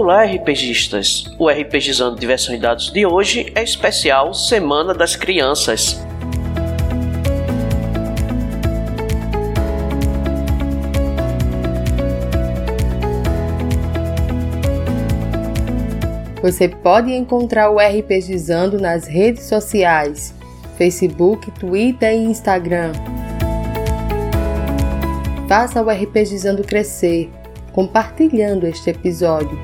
Olá, RPGistas! O RPGizando Diversão e Dados de hoje é especial Semana das Crianças. Você pode encontrar o RPGizando nas redes sociais, Facebook, Twitter e Instagram. Faça o RPGizando crescer, compartilhando este episódio.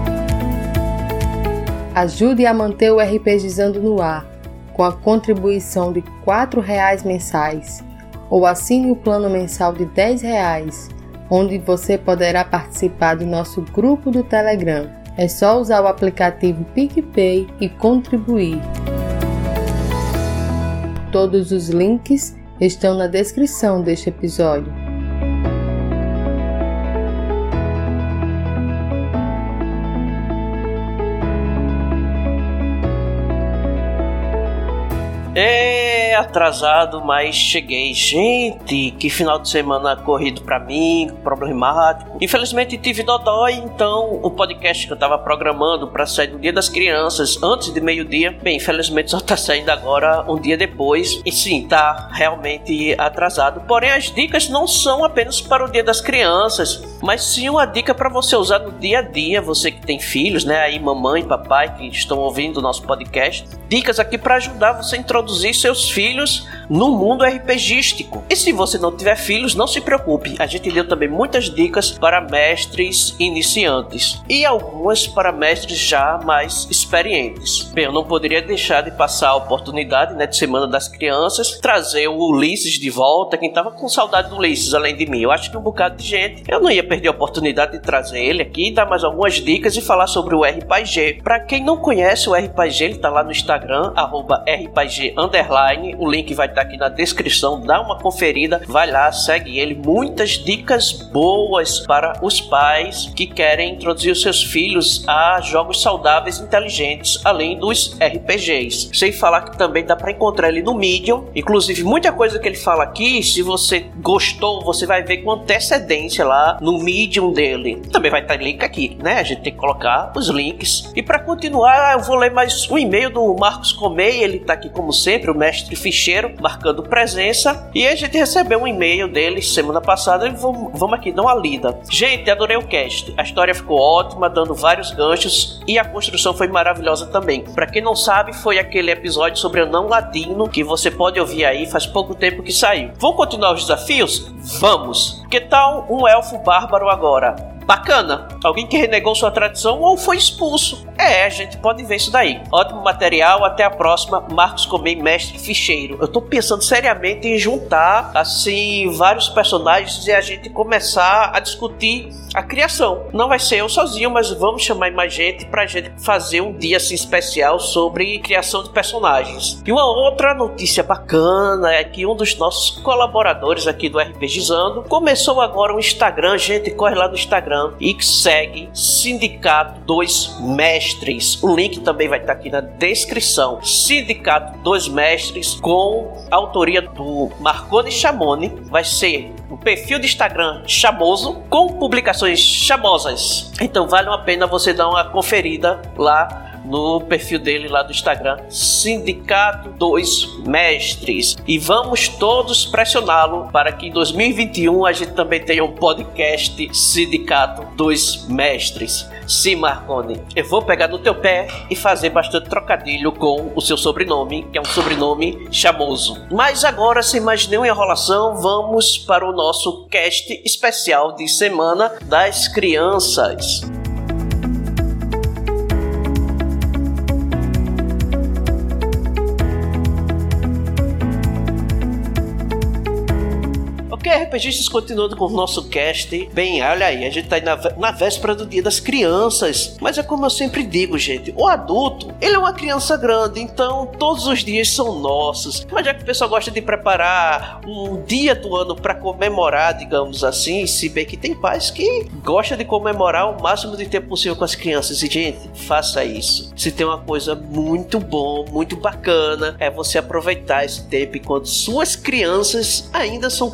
Ajude a manter o RPGizando no ar, com a contribuição de R$ 4,00 mensais, ou assine o plano mensal de R$ 10,00, onde você poderá participar do nosso grupo do Telegram. É só usar o aplicativo PicPay e contribuir. Todos os links estão na descrição deste episódio. Atrasado, mas cheguei. Gente, que final de semana corrido pra mim, problemático. Infelizmente tive dodói, então o podcast que eu tava programando pra sair no Dia das Crianças, antes de meio-dia, bem, infelizmente só tá saindo agora um dia depois. E sim, tá realmente atrasado. Porém, as dicas não são apenas para o Dia das Crianças, mas sim uma dica pra você usar no dia a dia. Você que tem filhos, né, aí mamãe, papai que estão ouvindo o nosso podcast. Dicas aqui pra ajudar você a introduzir seus filhos no mundo RPGístico. E se você não tiver filhos, não se preocupe, a gente deu também muitas dicas para mestres iniciantes e algumas para mestres já mais experientes. Bem, eu não poderia deixar de passar a oportunidade, né, de Semana das Crianças, trazer o Ulisses de volta. Quem tava com saudade do Ulisses além de mim, eu acho que um bocado de gente, eu não ia perder a oportunidade de trazer ele aqui, dar mais algumas dicas e falar sobre o RPG. Para quem não conhece o RPG, ele tá lá no Instagram, @RPG_, o link vai estar aqui na descrição, dá uma conferida, vai lá, segue ele. Muitas dicas boas para os pais que querem introduzir os seus filhos a jogos saudáveis e inteligentes, além dos RPGs. Sem falar que também dá para encontrar ele no Medium. Inclusive, muita coisa que ele fala aqui, se você gostou, você vai ver com antecedência lá no Medium dele. Também vai estar link aqui, né? A gente tem que colocar os links. E para continuar, eu vou ler mais um e-mail do Marcos Comei, ele tá aqui como sempre, o mestre ficheiro, marcando presença, e a gente recebeu um e-mail dele semana passada e vamos aqui dar uma lida. Gente, adorei o cast, a história ficou ótima, dando vários ganchos e a construção foi maravilhosa também. Pra quem não sabe, foi aquele episódio sobre o não ladino que você pode ouvir aí, faz pouco tempo que saiu. Vamos continuar os desafios? Vamos! Que tal um elfo bárbaro agora? Bacana, alguém que renegou sua tradição ou foi expulso. A gente pode ver isso daí. Ótimo material, até a próxima. Marcos Comei, mestre ficheiro. Eu tô pensando seriamente em juntar assim vários personagens e a gente começar a discutir a criação. Não vai ser eu sozinho, mas vamos chamar mais gente pra gente fazer um dia assim especial sobre criação de personagens. E uma outra notícia bacana é que um dos nossos colaboradores aqui do RPGizando começou agora um Instagram. Gente, corre lá no Instagram e segue Sindicato dos Mestres. O link também vai estar aqui na descrição. Sindicato dos Mestres, com a autoria do Marconi Chamoni. Vai ser um perfil de Instagram chamoso, com publicações chamosas. Então vale a pena você dar uma conferida lá no perfil dele lá do Instagram, Sindicato dos Mestres. E vamos todos pressioná-lo para que em 2021 a gente também tenha um podcast Sindicato dos Mestres. Sim, Marconi, eu vou pegar no teu pé e fazer bastante trocadilho com o seu sobrenome, que é um sobrenome chamoso. Mas agora, sem mais nenhuma enrolação, vamos para o nosso cast especial de Semana das Crianças. Ok, RPGistas, continuando com o nosso cast. Bem, olha aí, a gente tá aí na véspera do Dia das Crianças. Mas é como eu sempre digo, gente, o adulto, ele é uma criança grande, então todos os dias são nossos. Mas já que o pessoal gosta de preparar um dia do ano pra comemorar, digamos assim, se bem que tem pais que gostam de comemorar o máximo de tempo possível com as crianças. E, gente, faça isso. Se tem uma coisa muito bom, muito bacana, é você aproveitar esse tempo enquanto suas crianças ainda são crianças.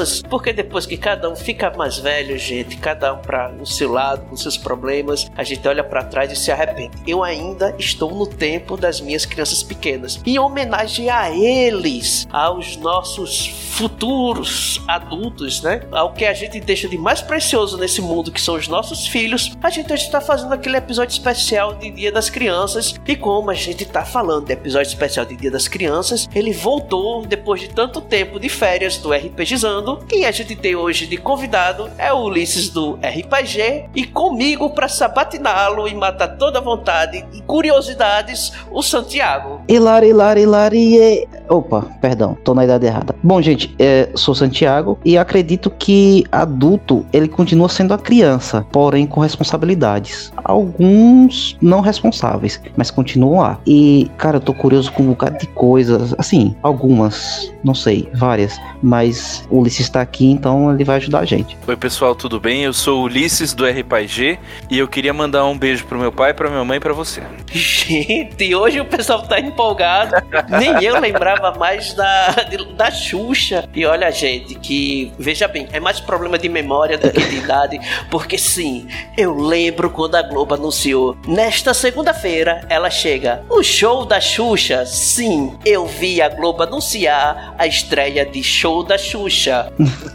crianças, porque depois que cada um fica mais velho, gente, cada um para o seu lado, com seus problemas, a gente olha para trás e se arrepende. Eu ainda estou no tempo das minhas crianças pequenas. Em homenagem a eles, aos nossos futuros adultos, né? Ao que a gente deixa de mais precioso nesse mundo, que são os nossos filhos, a gente hoje está fazendo aquele episódio especial de Dia das Crianças. E como a gente está falando de episódio especial de Dia das Crianças, ele voltou depois de tanto tempo de férias do RPGizando. Quem a gente tem hoje de convidado é o Ulisses do RPG, e comigo para sabatiná-lo e matar toda a vontade e curiosidades, o Santiago. Hilari. Opa, perdão, tô na idade errada. Bom, gente, sou Santiago e acredito que adulto, ele continua sendo a criança, porém com responsabilidades. Alguns não responsáveis, mas continuam lá. E, cara, eu tô curioso com um bocado de coisas, assim, algumas, não sei, várias, mas o Ulisses tá aqui, então ele vai ajudar a gente. Oi, pessoal, tudo bem? Eu sou o Ulisses do RPG e eu queria mandar um beijo pro meu pai, pra minha mãe e pra você. Gente, hoje o pessoal tá empolgado. Nem eu lembrava mais da Xuxa. E olha, gente, que, veja bem, é mais problema de memória do que de idade, porque sim, eu lembro quando a Globo anunciou: nesta segunda-feira ela chega, o show da Xuxa. Sim, eu vi a Globo anunciar a estreia de Show da Xuxa.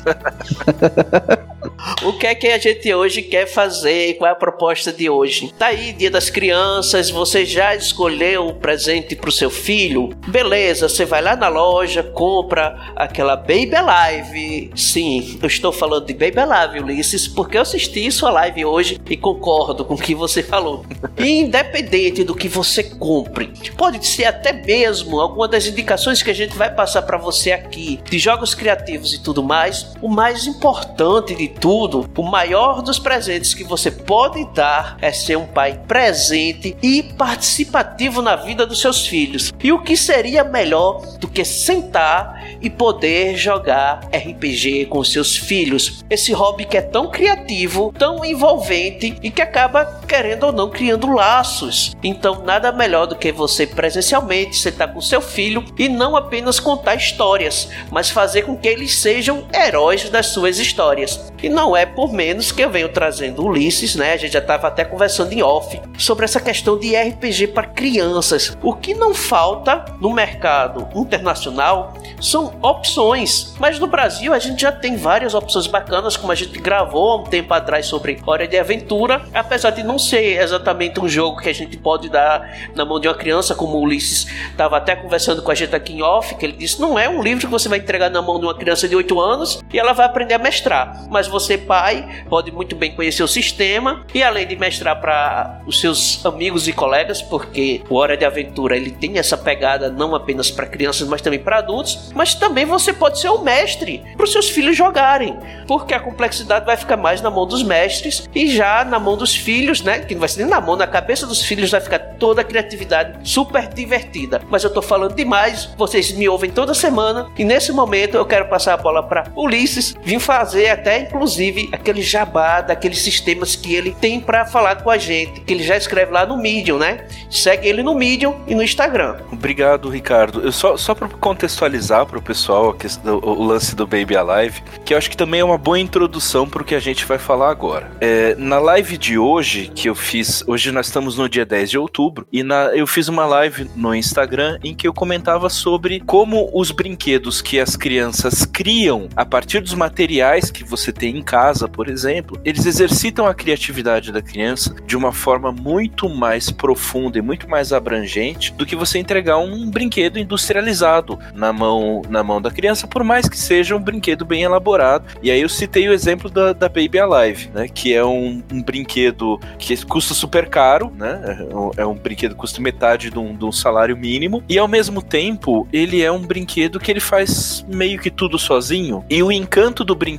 O que é que a gente hoje quer fazer? Qual é a proposta de hoje? Tá aí, Dia das Crianças, você já escolheu o presente pro seu filho? Beleza, você vai lá na loja, compra aquela Baby Alive. Sim, eu estou falando de Baby Alive, Ulisses, porque eu assisti sua live hoje e concordo com o que você falou. Independente do que você compre, pode ser até mesmo alguma das indicações que a gente vai passar para você aqui, de jogos criativos e tudo mais, o mais importante de tudo, o maior dos presentes que você pode dar é ser um pai presente e participativo na vida dos seus filhos. E o que seria melhor do que sentar e poder jogar RPG com seus filhos? Esse hobby que é tão criativo, tão envolvente e que acaba, querendo ou não, criando laços. Então nada melhor do que você presencialmente sentar com seu filho e não apenas contar histórias, mas fazer com que eles sejam heróis das suas histórias. E não é por menos que eu venho trazendo o Ulisses, né? A gente já estava até conversando em off sobre essa questão de RPG para crianças. O que não falta no mercado internacional são opções, mas no Brasil a gente já tem várias opções bacanas, como a gente gravou há um tempo atrás sobre Hora de Aventura, apesar de não ser exatamente um jogo que a gente pode dar na mão de uma criança, como o Ulisses estava até conversando com a gente aqui em off, que ele disse, não é um livro que você vai entregar na mão de uma criança de 8 anos e ela vai aprender a mestrar, mas você, pai, pode muito bem conhecer o sistema e, além de mestrar para os seus amigos e colegas, porque o Hora de Aventura ele tem essa pegada não apenas para crianças, mas também para adultos, mas também você pode ser o mestre para os seus filhos jogarem, porque a complexidade vai ficar mais na mão dos mestres e já na mão dos filhos, né, que não vai ser nem na mão, na cabeça dos filhos vai ficar toda a criatividade super divertida. Mas eu tô falando demais, vocês me ouvem toda semana e nesse momento eu quero passar a bola para Ulisses, vim fazer até inclusive aquele jabá daqueles sistemas que ele tem para falar com a gente, que ele já escreve lá no Medium, né? Segue ele no Medium e no Instagram. Obrigado, Ricardo. Eu só para contextualizar para o pessoal o lance do Baby Alive, que eu acho que também é uma boa introdução para o que a gente vai falar agora. Na live de hoje, que eu fiz, hoje nós estamos no dia 10 de outubro, e eu fiz uma live no Instagram em que eu comentava sobre como os brinquedos que as crianças criam a partir dos materiais que você tem em casa, por exemplo, eles exercitam a criatividade da criança de uma forma muito mais profunda e muito mais abrangente do que você entregar um brinquedo industrializado na mão da criança, por mais que seja um brinquedo bem elaborado. E aí eu citei o exemplo da Baby Alive, né, que é um brinquedo que custa super caro, né, é um brinquedo que custa metade de um salário mínimo, e ao mesmo tempo ele é um brinquedo que ele faz meio que tudo sozinho, e o encanto do brinquedo se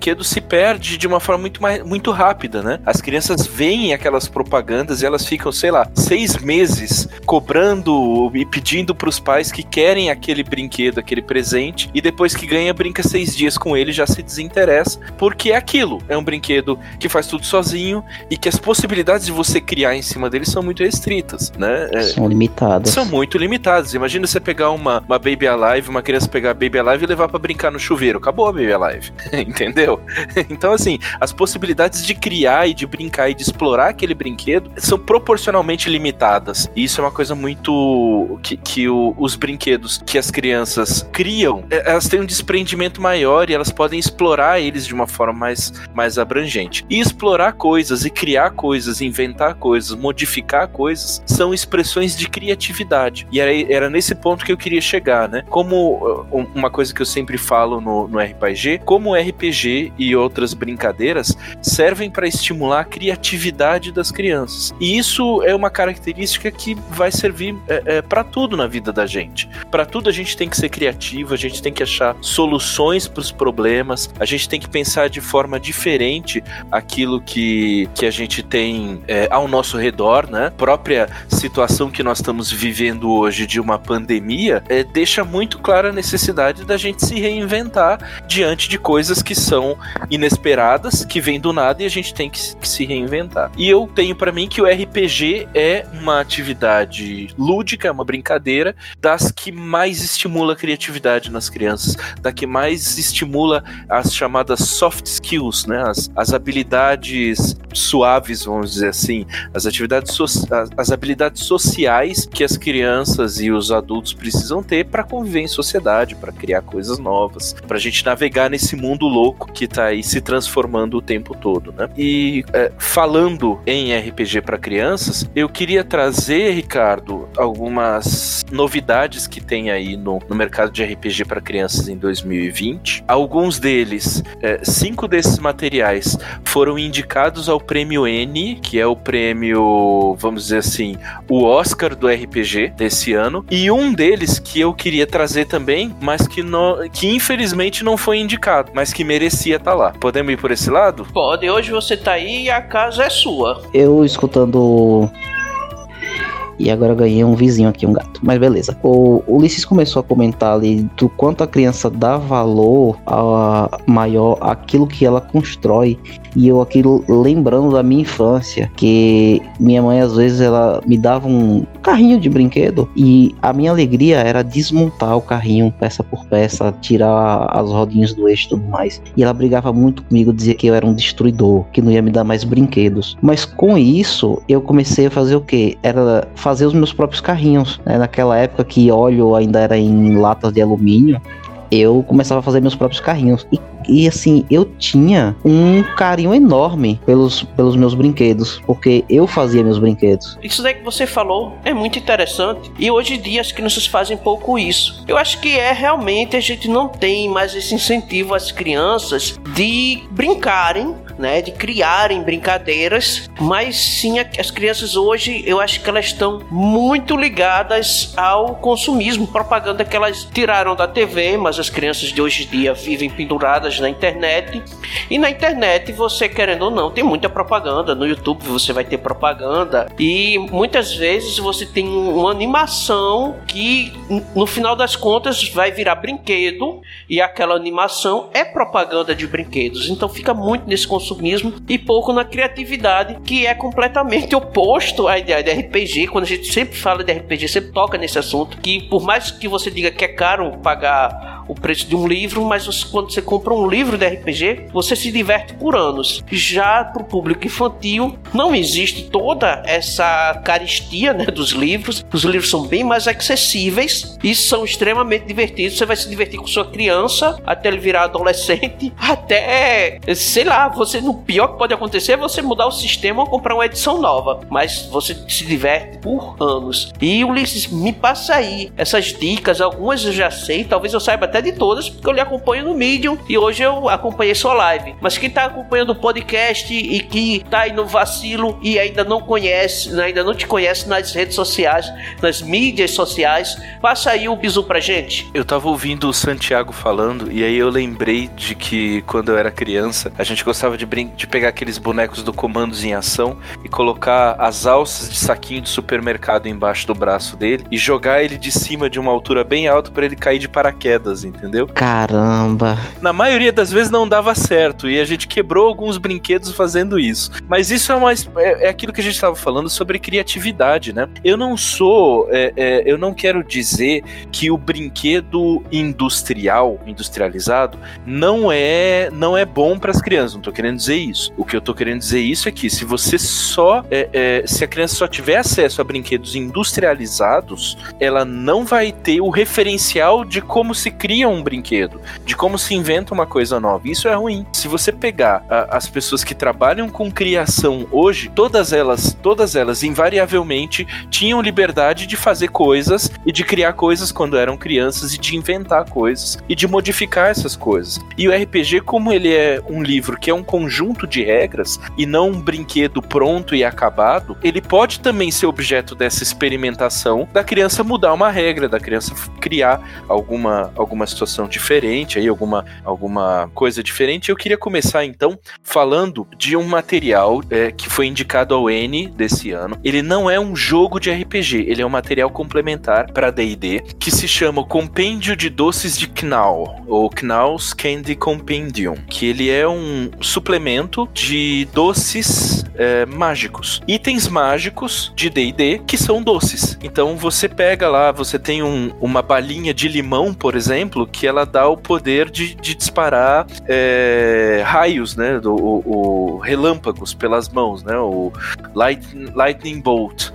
perde de uma forma muito rápida, né? As crianças veem aquelas propagandas e elas ficam, sei lá, 6 meses cobrando e pedindo pros pais que querem aquele brinquedo, aquele presente, e depois que ganha, brinca 6 dias com ele, já se desinteressa, porque é aquilo, é um brinquedo que faz tudo sozinho e que as possibilidades de você criar em cima dele são muito restritas, né? São limitadas. São muito limitadas. Imagina você pegar uma Baby Alive, uma criança pegar a Baby Alive e levar pra brincar no chuveiro. Acabou a Baby Alive. Entendeu? Então, assim, as possibilidades de criar e de brincar e de explorar aquele brinquedo são proporcionalmente limitadas. E isso é uma coisa muito... os brinquedos que as crianças criam, elas têm um desprendimento maior e elas podem explorar eles de uma forma mais abrangente. E explorar coisas e criar coisas, inventar coisas, modificar coisas, são expressões de criatividade. E era nesse ponto que eu queria chegar, né? Como uma coisa que eu sempre falo no RPG, como o RPG e outras brincadeiras servem para estimular a criatividade das crianças. E isso é uma característica que vai servir para tudo na vida da gente. Para tudo a gente tem que ser criativo, a gente tem que achar soluções para os problemas, a gente tem que pensar de forma diferente aquilo que a gente tem ao nosso redor, né? A própria situação que nós estamos vivendo hoje de uma pandemia deixa muito clara a necessidade da gente se reinventar diante de coisas que são inesperadas, que vêm do nada e a gente tem que se reinventar. E eu tenho para mim que o RPG é uma atividade lúdica, uma brincadeira das que mais estimula a criatividade nas crianças, da que mais estimula as chamadas soft skills, né? As habilidades suaves, vamos dizer assim, as habilidades sociais que as crianças e os adultos precisam ter para conviver em sociedade, para criar coisas novas, para a gente navegar nesse mundo louco que tá aí se transformando o tempo todo, né? E falando em RPG para crianças, eu queria trazer, Ricardo, algumas novidades que tem aí no mercado de RPG para crianças em 2020. Alguns deles, 5 desses materiais foram indicados ao Prêmio N, que é o prêmio, vamos dizer assim, o Oscar do RPG desse ano, e um deles que eu queria trazer também, mas que infelizmente não foi indicado, mas que merecia estar lá. Podemos ir por esse lado? Pode, hoje você tá aí e a casa é sua. Eu escutando... E agora eu ganhei um vizinho aqui, um gato. Mas beleza. O Ulisses começou a comentar ali do quanto a criança dá valor maior àquilo que ela constrói. E eu aqui lembrando da minha infância, que minha mãe às vezes ela me dava um carrinho de brinquedo e a minha alegria era desmontar o carrinho peça por peça, tirar as rodinhas do eixo e tudo mais. E ela brigava muito comigo, dizia que eu era um destruidor, que não ia me dar mais brinquedos. Mas com isso eu comecei a fazer o quê? Era fazer os meus próprios carrinhos, né? Naquela época que óleo ainda era em latas de alumínio, eu começava a fazer meus próprios carrinhos. E assim, eu tinha um carinho enorme pelos meus brinquedos, porque eu fazia meus brinquedos. Isso daí que você falou é muito interessante. E hoje em dia as crianças fazem pouco isso. Eu acho que realmente a gente não tem mais esse incentivo às crianças de brincarem, né, de criarem brincadeiras, mas sim as crianças hoje, eu acho que elas estão muito ligadas ao consumismo, propaganda que elas tiraram da TV, mas as crianças de hoje em dia vivem penduradas na internet, e na internet você, querendo ou não, tem muita propaganda. No YouTube você vai ter propaganda, e muitas vezes você tem uma animação que no final das contas vai virar brinquedo, e aquela animação é propaganda de brinquedos. Então fica muito nesse consumismo e pouco na criatividade, que é completamente oposto à ideia de RPG. Quando a gente sempre fala de RPG, sempre toca nesse assunto, que por mais que você diga que é caro pagar o preço de um livro, mas quando você compra um livro de RPG, você se diverte por anos. Já para o público infantil, não existe toda essa carestia, né, dos livros. Os livros são bem mais acessíveis e são extremamente divertidos. Você vai se divertir com sua criança até ele virar adolescente, até, sei lá, no pior que pode acontecer é você mudar o sistema ou comprar uma edição nova, mas você se diverte por anos. E Ulisses, me passa aí essas dicas, algumas eu já sei, talvez eu saiba até até de todas, porque eu lhe acompanho no Medium e hoje eu acompanhei sua live. Mas quem tá acompanhando o podcast e que tá aí no vacilo e ainda não conhece, ainda não te conhece nas redes sociais, nas mídias sociais, passa aí o bizu pra gente. Eu tava ouvindo o Santiago falando e aí eu lembrei de que quando eu era criança, a gente gostava de pegar aqueles bonecos do Comandos em Ação e colocar as alças de saquinho de supermercado embaixo do braço dele e jogar ele de cima de uma altura bem alta pra ele cair de paraquedas, entendeu? Caramba! Na maioria das vezes não dava certo e a gente quebrou alguns brinquedos fazendo isso. Mas isso é aquilo que a gente tava falando sobre criatividade, né? Eu não quero dizer que o brinquedo industrializado não é bom para as crianças, não tô querendo dizer isso. O que eu tô querendo dizer isso é que se você se a criança só tiver acesso a brinquedos industrializados, ela não vai ter o referencial de como se cria um brinquedo, de como se inventa uma coisa nova. Isso é ruim. Se você pegar as pessoas que trabalham com criação hoje, todas elas invariavelmente tinham liberdade de fazer coisas e de criar coisas quando eram crianças e de inventar coisas e de modificar essas coisas. E o RPG, como ele é um livro que é um conjunto de regras e não um brinquedo pronto e acabado, ele pode também ser objeto dessa experimentação da criança mudar uma regra, da criança criar alguma situação diferente, aí alguma coisa diferente. Eu queria começar então falando de um material que foi indicado ao N desse ano. Ele não é um jogo de RPG, ele é um material complementar para D&D que se chama Compêndio de Doces de Knaw, ou Knaw's Candy Compendium, que ele é um suplemento de doces mágicos, itens mágicos de D&D que são doces. Então você pega lá, você tem uma balinha de limão, por exemplo, que ela dá o poder de disparar raios, né, relâmpagos pelas mãos, né, o Lightning Bolt.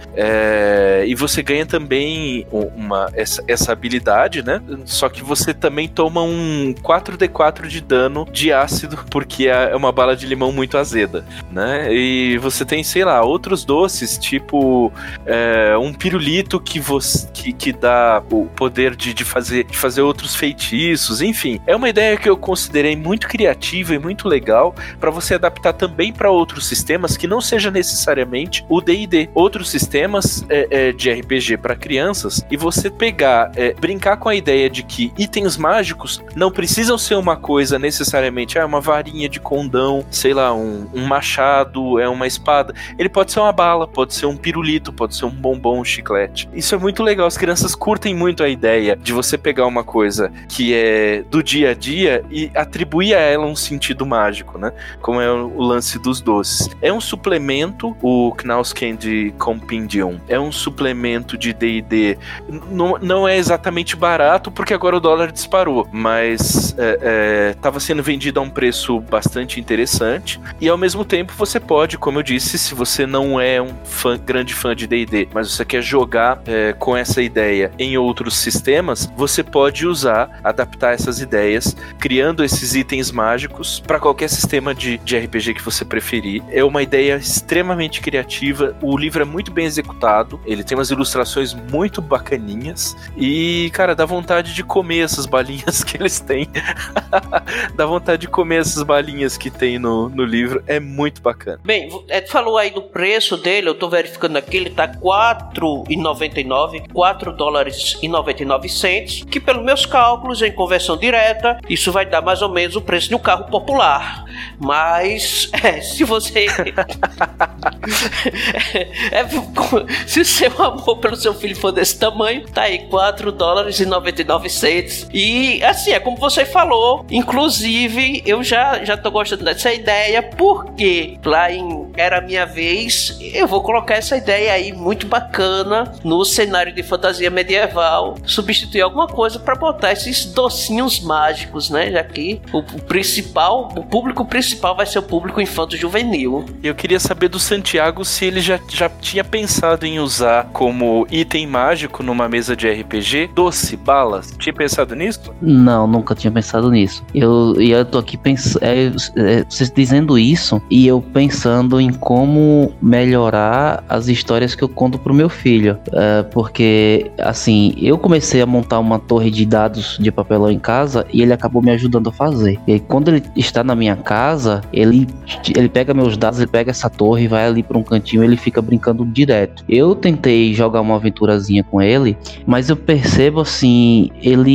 E você ganha também essa habilidade, né? Só que você também toma um 4d4 de dano de ácido, porque é uma bala de limão muito azeda, né? E você tem, sei lá, outros doces, tipo um pirulito que dá o poder de fazer outros feitiços, enfim. É uma ideia que eu considerei muito criativa e muito legal para você adaptar também para outros sistemas que não seja necessariamente o D&D. Outros sistemas de RPG para crianças e você brincar com a ideia de que itens mágicos não precisam ser uma coisa necessariamente, uma varinha de condão, sei lá, um machado, uma espada. Ele pode ser uma bala, pode ser um pirulito, pode ser um bombom, um chiclete. Isso é muito legal, as crianças curtem muito a ideia de você pegar uma coisa que é do dia a dia e atribuir a ela um sentido mágico, né? Como é o lance dos doces. É um suplemento, o Knaw's Candy Compendium, é um suplemento de D&D. Não é exatamente barato, porque agora o dólar disparou, mas estava sendo vendido a um preço bastante interessante, e ao mesmo tempo você pode, como eu disse, se você não é um grande fã de D&D, mas você quer jogar com essa ideia em outros sistemas, você pode adaptar essas ideias, criando esses itens mágicos para qualquer sistema de RPG que você preferir. É uma ideia extremamente criativa, o livro é muito bem executado, ele tem umas ilustrações muito bacaninhas e, cara, dá vontade de comer essas balinhas que eles têm. Dá vontade de comer essas balinhas que tem no livro, é muito bacana. Bem, falou aí do preço dele, eu tô verificando aqui, ele tá $4,99, $4,99, que pelos meus cálculos, em conversão direta, isso vai dar mais ou menos o preço de um carro popular. Mas, se você... se o seu amor pelo seu filho for desse tamanho, tá aí $4,99. E, assim, é como você falou, inclusive, eu já tô gostando dessa ideia, porque lá em Era Minha Vez, eu vou colocar essa ideia aí muito bacana no cenário de fantasia medieval, substituir alguma coisa para botar esses docinhos mágicos, né? Já que o público principal vai ser o público infanto-juvenil. Eu queria saber do Santiago se ele já tinha pensado em usar como item mágico numa mesa de RPG doce, balas. Tinha pensado nisso? Não, nunca tinha pensado nisso. Eu tô aqui pensando, vocês dizendo isso e eu pensando em como melhorar as histórias que eu conto pro meu filho. Porque, assim, eu comecei a montar uma torre de dados de papelão em casa e ele acabou me ajudando a fazer. E aí, quando ele está na minha casa, ele pega meus dados, ele pega essa torre, vai ali para um cantinho, ele fica brincando direto. Eu tentei jogar uma aventurazinha com ele, mas eu percebo, assim,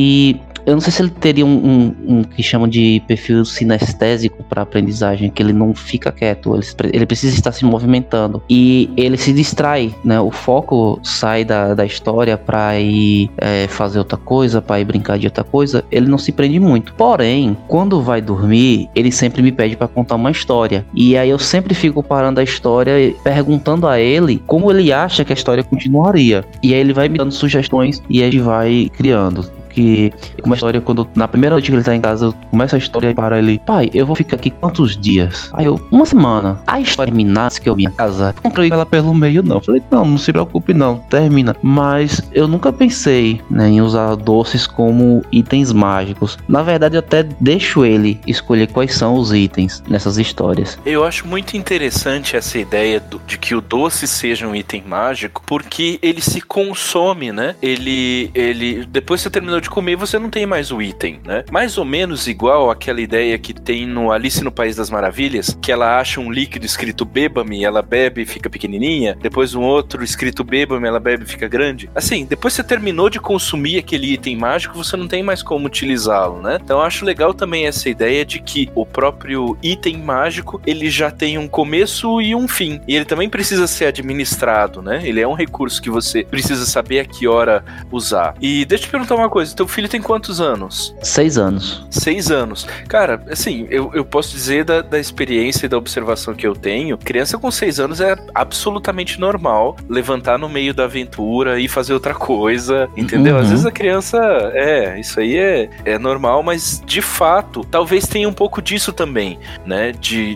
eu não sei se ele teria um que chamam de perfil sinestésico para aprendizagem, que ele não fica quieto, ele precisa estar se movimentando e ele se distrai, né? O foco sai da história para ir fazer outra coisa, para ir brincar de outra coisa, ele não se prende muito. Porém, quando vai dormir, ele sempre me pede para contar uma história. E aí eu sempre fico parando a história e perguntando a ele como ele acha que a história continuaria. E aí ele vai me dando sugestões e a gente vai criando. Que uma história, quando na primeira noite que ele tá em casa, eu começo a história para ele: pai, eu vou ficar aqui quantos dias? Aí eu, uma semana. A história terminasse que eu vim a casa, concluí ela pelo meio, não. Falei, não se preocupe não, termina. Mas eu nunca pensei, né, em usar doces como itens mágicos. Na verdade, eu até deixo ele escolher quais são os itens nessas histórias. Eu acho muito interessante essa ideia de que o doce seja um item mágico, porque ele se consome, né? Ele depois que você terminou de comer, você não tem mais o item, né? Mais ou menos igual aquela ideia que tem no Alice no País das Maravilhas, que ela acha um líquido escrito beba-me, ela bebe e fica pequenininha, depois um outro escrito beba-me, ela bebe e fica grande. Assim, depois você terminou de consumir aquele item mágico, você não tem mais como utilizá-lo, né? Então eu acho legal também essa ideia de que o próprio item mágico, ele já tem um começo e um fim, e ele também precisa ser administrado, né? Ele é um recurso que você precisa saber a que hora usar. E deixa eu te perguntar uma coisa, teu filho tem quantos anos? 6 anos. 6 anos. Cara, assim, eu posso dizer da experiência e da observação que eu tenho, criança com 6 anos é absolutamente normal levantar no meio da aventura e fazer outra coisa, entendeu? Às vezes a criança, isso aí é normal, mas de fato, talvez tenha um pouco disso também, né?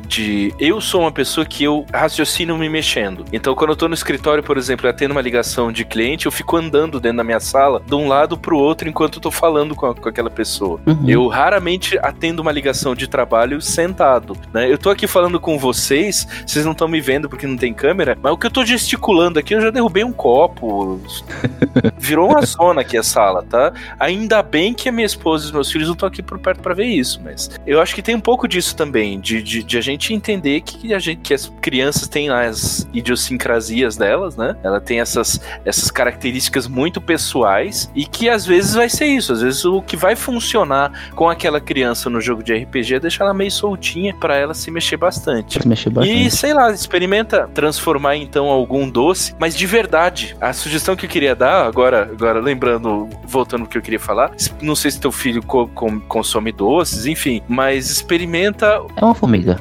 Eu sou uma pessoa que eu raciocino me mexendo. Então, quando eu tô no escritório, por exemplo, atendo uma ligação de cliente, eu fico andando dentro da minha sala, de um lado pro outro, enquanto eu tô falando com aquela pessoa. Eu raramente atendo uma ligação de trabalho sentado, né? Eu tô aqui falando com vocês não estão me vendo porque não tem câmera, mas o que eu tô gesticulando aqui, eu já derrubei um copo. Virou uma zona aqui a sala, tá? Ainda bem que a minha esposa e os meus filhos não estão aqui por perto pra ver isso, mas eu acho que tem um pouco disso também, de a gente entender que as crianças têm as idiosincrasias delas, né? Ela tem essas características muito pessoais e que às vezes vai ser isso, às vezes o que vai funcionar com aquela criança no jogo de RPG é deixar ela meio soltinha pra ela se mexer bastante. E, sei lá, experimenta transformar então algum doce, mas de verdade. A sugestão que eu queria dar, agora lembrando, voltando ao que eu queria falar, não sei se teu filho consome doces, enfim, mas experimenta... É uma formiga.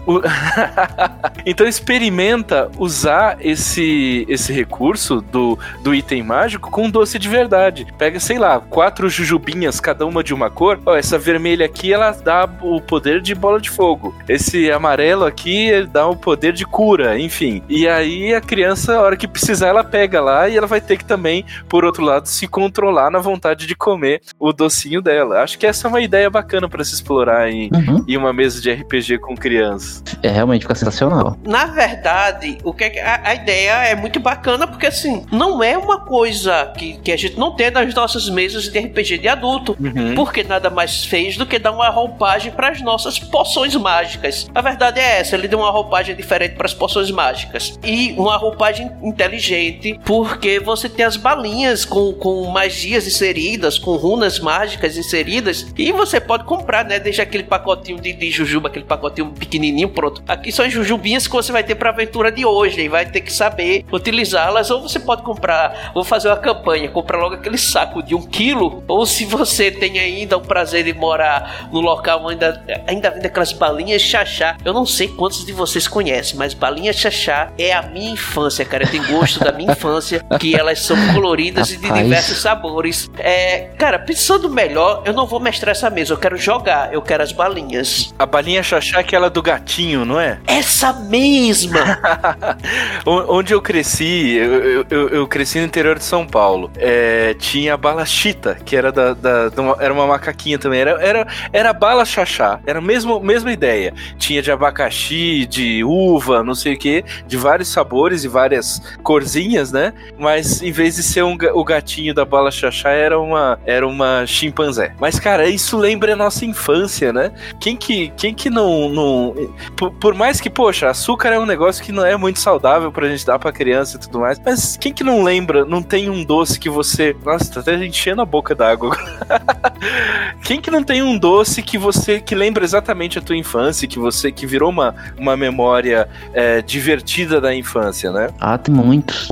Então experimenta usar esse recurso do item mágico com doce de verdade. Pega, sei lá, 4 jujubinhas, cada uma de uma cor. Essa vermelha aqui, ela dá o poder de bola de fogo. Esse amarelo aqui, ele dá o poder de cura, enfim. E aí a criança, a hora que precisar, ela pega lá e ela vai ter que também, por outro lado, se controlar na vontade de comer o docinho dela. Acho que essa é uma ideia bacana pra se explorar em uma mesa de RPG com crianças. Realmente fica sensacional. Na verdade, a ideia é muito bacana porque, assim, não é uma coisa que a gente não tem nas nossas mesas de RPG de adulto, porque nada mais fez do que dar uma roupagem para as nossas poções mágicas. A verdade é essa, ele deu uma roupagem diferente para as poções mágicas e uma roupagem inteligente, porque você tem as balinhas com magias inseridas, com runas mágicas inseridas, e você pode comprar, né, deixa aquele pacotinho de jujuba, aquele pacotinho pequenininho, pronto. Aqui são as jujubinhas que você vai ter para a aventura de hoje e vai ter que saber utilizá-las, ou você pode comprar, vou fazer uma campanha, comprar logo aquele saco de 1 quilo, ou se você tem ainda o prazer de morar no local onde ainda vende aquelas balinhas chachá. Eu não sei quantos de vocês conhecem, mas balinha chachá é a minha infância, cara. Tem gosto da minha infância, que elas são coloridas e de diversos sabores. Cara, pensando melhor, eu não vou mestrar essa mesa, eu quero jogar, eu quero as balinhas. A balinha chachá é aquela do gatinho, não é? Essa mesma! Onde eu cresci, eu cresci no interior de São Paulo. Tinha a bala chita, que era era era uma macaquinha também. Era bala chachá. Era a mesma ideia. Tinha de abacaxi, de uva, não sei o que, de vários sabores e várias corzinhas, né? Mas em vez de ser o gatinho da bala chachá, era uma chimpanzé. Mas, cara, isso lembra a nossa infância, né? Quem que não... Por mais que, poxa, açúcar é um negócio que não é muito saudável pra gente dar pra criança e tudo mais, mas quem que não lembra, não tem um doce que você... Nossa, tá até enchendo a boca d'água. Quem que não tem um doce que lembra exatamente a tua infância, que virou uma memória divertida da infância, né? Ah, tem muitos.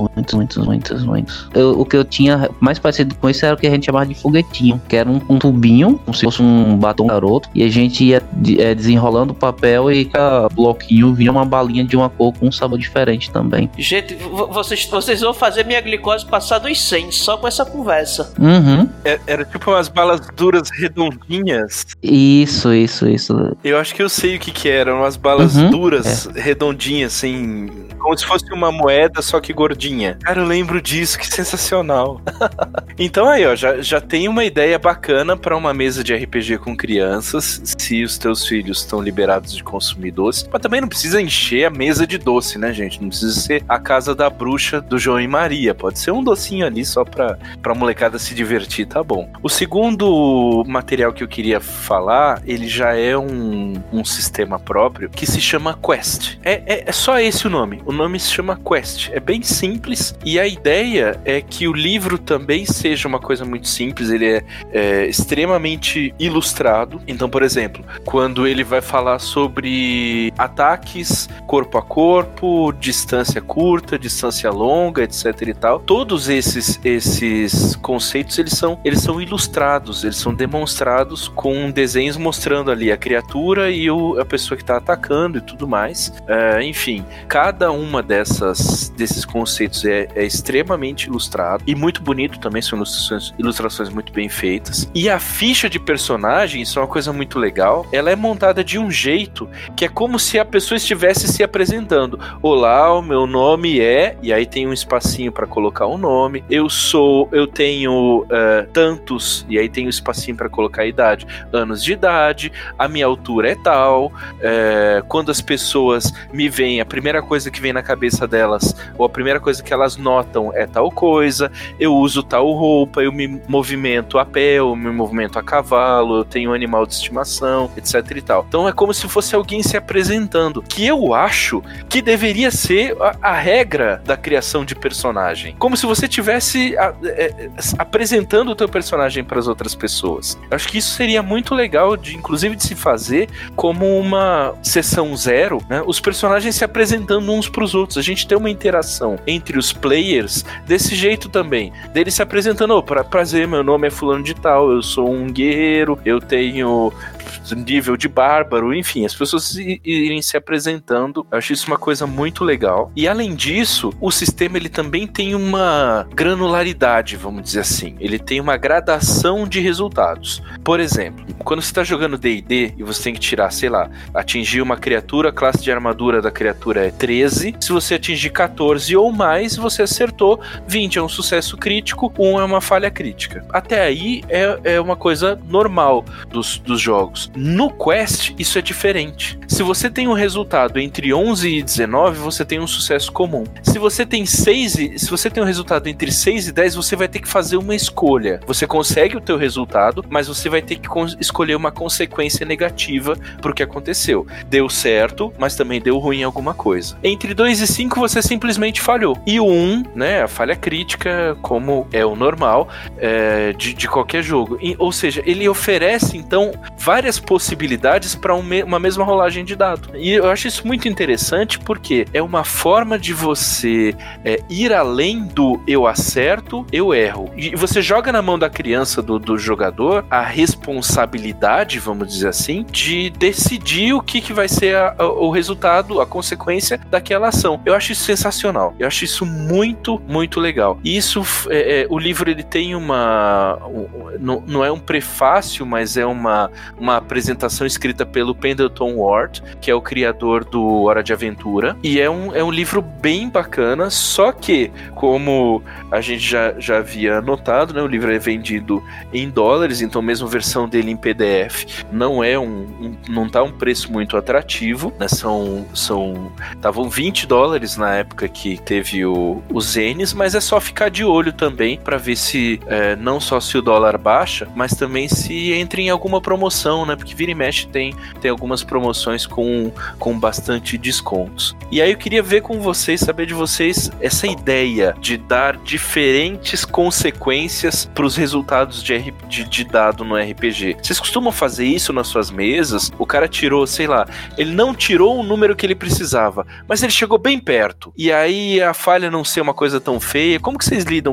O que eu tinha mais parecido com isso era o que a gente chamava de foguetinho, que era um tubinho, como se fosse um batom garoto, e a gente ia desenrolando o papel e cada bloquinho vinha uma balinha de uma cor com um sabor diferente também. Gente, vocês vão fazer minha glicose passar dos 100 só com essa conversa. Uhum. Era tipo umas balas duras redondinhas. Isso. Eu acho que eu sei o que eram umas balas duras redondinhas, assim, como se fosse uma moeda, só que gordinha. Cara, eu lembro disso, que sensacional. Então aí, ó, já tem uma ideia bacana pra uma mesa de RPG com crianças, se os teus filhos estão liberados de consumir doce. Mas também não precisa encher a mesa de doce, né, gente? Não precisa ser a casa da bruxa do João e Maria. Pode ser um docinho ali só pra molecada se divertir, tá bom. O segundo material que eu queria falar, ele já é um sistema próprio que se chama Quest. É só esse o nome. O nome se chama Quest. É bem simples e a ideia é que o livro também seja uma coisa muito simples. Ele é extremamente ilustrado. Então, por exemplo, quando ele vai falar sobre ataques corpo a corpo, distância curta, distância longa, etc e tal, todos esses conceitos eles são ilustrados, eles são demonstrados com desenhos mostrando ali a criatura e a pessoa que está atacando e tudo mais. Enfim, cada uma desses conceitos é extremamente ilustrado e muito bonito também, são ilustrações muito bem feitas. E a ficha de personagem, isso é uma coisa muito legal, ela é montada de um jeito que é como se a pessoa estivesse se apresentando. Olá, o meu nome é... E aí tem um espacinho para colocar o nome. Eu tenho tantos... E aí tem um espacinho para colocar a idade. Anos de idade. A minha altura é tal. Quando as pessoas me veem, a primeira coisa que vem na cabeça delas, ou a primeira coisa que elas notam é tal coisa. Eu uso tal roupa. Eu me movimento a pé, eu me movimento a cavalo. Eu tenho um animal de estimação, etc e tal. Então é como se fosse alguém se apresentando, que eu acho que deveria ser a regra da criação de personagem. Como se você estivesse apresentando o teu personagem para as outras pessoas. Eu acho que isso seria muito legal, inclusive de se fazer como uma sessão zero, né? Os personagens se apresentando uns para os outros. A gente tem uma interação entre os players desse jeito também. Deles se apresentando, prazer, meu nome é fulano de tal, eu sou um guerreiro, eu tenho nível de bárbaro, enfim, as pessoas irem se apresentando. Eu acho isso uma coisa muito legal. E além disso, o sistema ele também tem uma granularidade, vamos dizer assim. Ele tem uma gradação de resultados. Por exemplo, quando você está jogando D&D e você tem que tirar, sei lá, atingir uma criatura, a classe de armadura da criatura é 13. Se você atingir 14 ou mais, você acertou. 20 é um sucesso crítico, 1 é uma falha crítica. Até aí é uma coisa normal dos jogos. No Quest, isso é diferente. Se você tem um resultado entre 11 e 19, você tem um sucesso comum. Se você tem um resultado entre 6 e 10, você vai ter que fazer uma escolha. Você consegue o teu resultado, mas você vai ter que escolher uma consequência negativa pro que aconteceu. Deu certo, mas também deu ruim em alguma coisa. Entre 2 e 5, você simplesmente falhou. E o 1, né, a falha crítica, como é o normal de qualquer jogo. Ou seja, ele oferece, então, várias possibilidades para uma mesma rolagem de dado. E eu acho isso muito interessante porque é uma forma de você ir além do eu acerto, eu erro. E você joga na mão da criança, do jogador, a responsabilidade, vamos dizer assim, de decidir o que vai ser o resultado, a consequência daquela ação. Eu acho isso sensacional. Eu acho isso muito, muito legal. E isso, o livro ele tem não é um prefácio, mas é uma uma apresentação escrita pelo Pendleton Ward, que é o criador do Hora de Aventura, e é um livro bem bacana, só que, como a gente já havia notado, né, o livro é vendido em dólares, então mesmo a versão dele em PDF não é não tá um preço muito atrativo, né, estavam $20 na época que teve os Ns, mas é só ficar de olho também para ver se não só se o dólar baixa, mas também se entra em alguma promoção, né? Porque vira e mexe tem algumas promoções com bastante descontos. E aí eu queria ver com vocês, saber de vocês essa ideia de dar diferentes consequências para os resultados de dado no RPG. Vocês costumam fazer isso nas suas mesas? O cara tirou, sei lá, ele não tirou o número que ele precisava, mas ele chegou bem perto. E aí a falha não ser uma coisa tão feia. Como que vocês lidam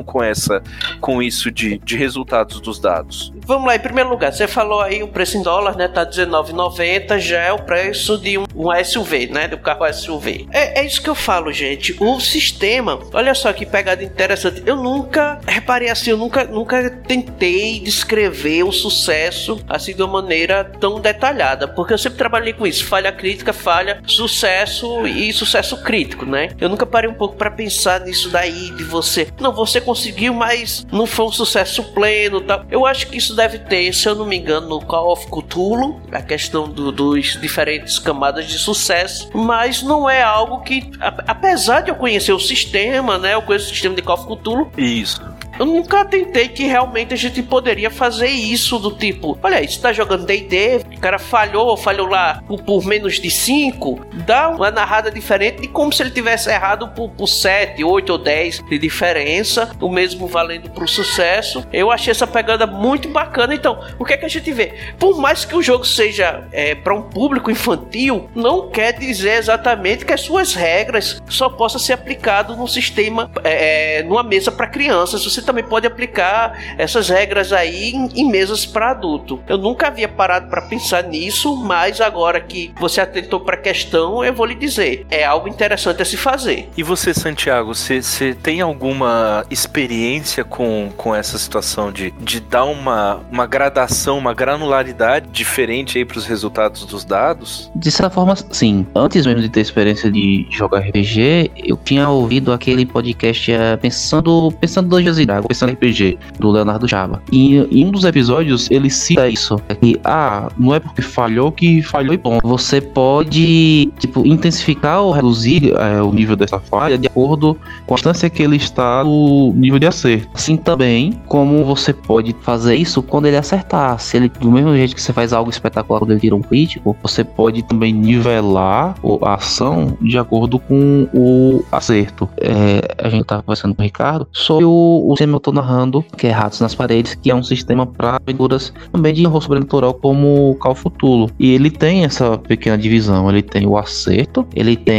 com isso de resultados dos dados? Vamos lá, em primeiro lugar, você falou aí o preço em dólar, né? Tá R$19,90, já é o preço de um SUV, né? Do carro SUV. É isso que eu falo, gente. O sistema, olha só que pegada interessante. Eu nunca reparei assim, eu nunca tentei descrever o sucesso assim de uma maneira tão detalhada, porque eu sempre trabalhei com isso: falha crítica, falha, sucesso e sucesso crítico, né? Eu nunca parei um pouco pra pensar nisso daí, de você conseguiu, mas não foi um sucesso pleno, tal. Eu acho que isso deve ter, se eu não me engano, no Call of Cthulhu, a questão dos diferentes camadas de sucesso, mas não é algo que, apesar de eu conhecer o sistema, né? Eu conheço o sistema de Call of Cthulhu. Isso. Eu nunca tentei que realmente a gente poderia fazer isso, do tipo, olha aí, você tá jogando D&D, o cara falhou lá por menos de 5, dá uma narrada diferente de como se ele tivesse errado por 7, 8 ou 10 de diferença, o mesmo valendo pro sucesso. Eu achei essa pegada muito bacana. Então, o que é que a gente vê? Por mais que o jogo seja para um público infantil, não quer dizer exatamente que as suas regras só possam ser aplicado num sistema, numa mesa para crianças. Você também pode aplicar essas regras aí em mesas para adulto. Eu nunca havia parado para pensar nisso, mas agora que você atentou para a questão, eu vou lhe dizer, é algo interessante a se fazer. E você, Santiago, você tem alguma experiência com essa situação de dar uma gradação, uma granularidade diferente aí para os resultados dos dados? De certa forma, sim. Antes mesmo de ter experiência de jogar RPG, eu tinha ouvido aquele podcast Pensando Dungeons & Dragons, pensando RPG, do Leonardo Java. E em um dos episódios ele cita isso, que não é porque falhou que falhou e bom. Você pode intensificar ou reduzir o nível dessa falha de acordo com a distância que ele está no nível de acerto. Assim também como você pode fazer isso quando ele acertar. Se ele, do mesmo jeito que você faz algo espetacular quando ele tira um crítico, você pode também nivelar a ação de acordo com o acerto. A gente estava conversando com o Ricardo sobre o sistema que eu tô narrando, que é Ratos nas Paredes, que é um sistema para aventuras também de horror sobrenatural como Call of Cthulhu. E ele tem essa pequena divisão, ele tem o acerto,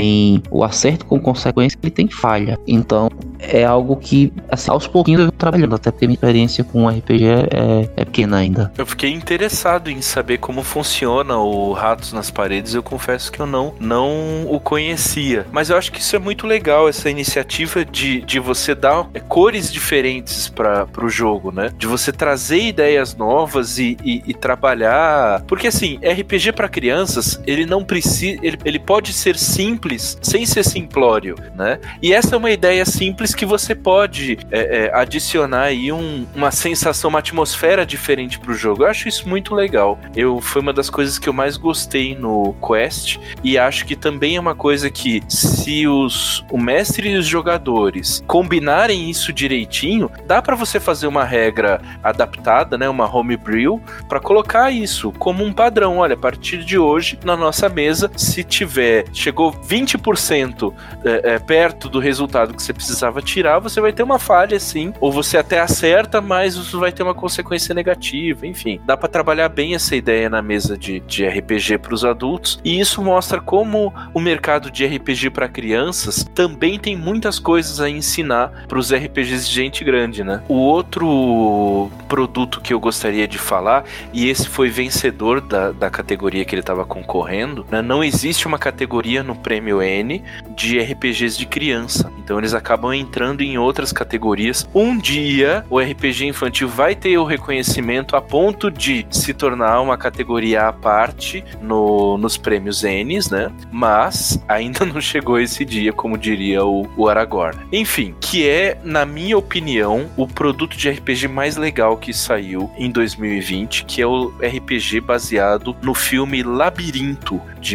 com consequência, ele tem falha. Então é algo que, assim, aos pouquinhos eu vou trabalhando, até porque minha experiência com RPG é pequena ainda. Eu fiquei interessado em saber como funciona o Ratos nas Paredes. Eu confesso que eu não o conhecia, mas eu acho que isso é muito legal, essa iniciativa de você dar cores diferentes para o jogo, né? De você trazer ideias novas e trabalhar, porque assim, RPG para crianças, ele não precisa, ele pode ser simples sem ser simplório, né? E essa é uma ideia simples que você pode adicionar aí uma sensação, uma atmosfera diferente pro jogo. Eu acho isso muito legal. Foi uma das coisas que eu mais gostei no Quest, e acho que também é uma coisa que, se o mestre e os jogadores combinarem isso direitinho, dá para você fazer uma regra adaptada, né, uma homebrew, para colocar isso como um padrão. Olha, a partir de hoje, na nossa mesa, se chegou 20% perto do resultado que você precisava tirar, você vai ter uma falha, sim, ou você até acerta, mas isso vai ter uma consequência negativa. Enfim, dá para trabalhar bem essa ideia na mesa de RPG para os adultos, e isso mostra como o mercado de RPG para crianças também tem muitas coisas a ensinar para os RPGs de gente grande, né? O outro produto que eu gostaria de falar, e esse foi vencedor da categoria que ele estava concorrendo, né? Não existe uma categoria no Prêmio N de RPGs de criança, então eles acabam entrando em outras categorias. Um dia o RPG infantil vai ter o reconhecimento a ponto de se tornar uma categoria à parte nos prêmios Emmys, né? Mas ainda não chegou esse dia, como diria o Aragorn. Enfim, que é, na minha opinião, o produto de RPG mais legal que saiu em 2020, que é o RPG baseado no filme Labirinto, de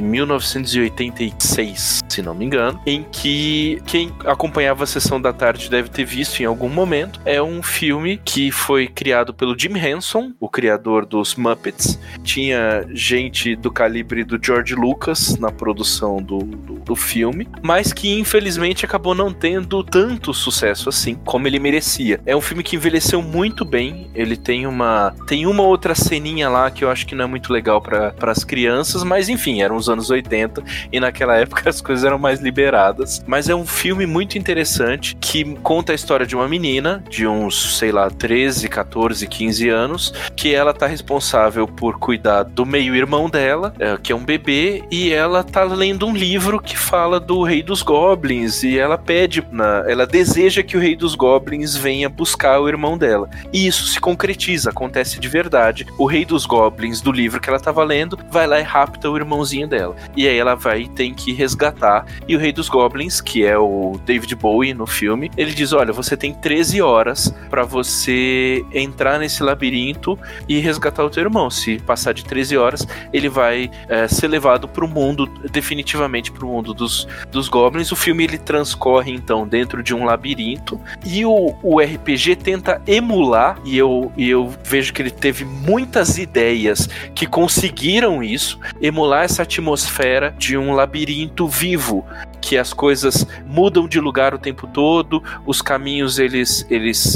1986, se não me engano, em que quem acompanhava a sessão da tarde deve ter visto em algum momento. É um filme que foi criado pelo Jim Henson, o criador dos Muppets. Tinha gente do calibre do George Lucas na produção do filme, mas que infelizmente acabou não tendo tanto sucesso assim como ele merecia. É um filme que envelheceu muito bem. Ele tem uma outra ceninha lá que eu acho que não é muito legal para as crianças, mas enfim, eram os anos 80 e naquela época as coisas eram mais liberadas. Mas é um filme muito interessante que conta a história de uma menina de uns, 13, 14, 15 anos, que ela tá responsável por cuidar do meio-irmão dela, que é um bebê, e ela tá lendo um livro que fala do Rei dos Goblins, e ela ela deseja que o Rei dos Goblins venha buscar o irmão dela. E isso se concretiza, acontece de verdade. O Rei dos Goblins do livro que ela tava lendo vai lá e rapta o irmãozinho dela. E aí ela tem que resgatar, e o Rei dos Goblins, que é o David Bowie no filme, ele diz: olha, você tem 13 horas pra você entrar nesse labirinto e resgatar o teu irmão. Se passar de 13 horas, ele vai ser levado pro mundo, definitivamente pro mundo dos Goblins. O filme ele transcorre então dentro de um labirinto, e o RPG tenta emular, e eu vejo que ele teve muitas ideias que conseguiram isso, emular essa atmosfera de um labirinto vivo, que as coisas mudam de lugar o tempo todo, os caminhos eles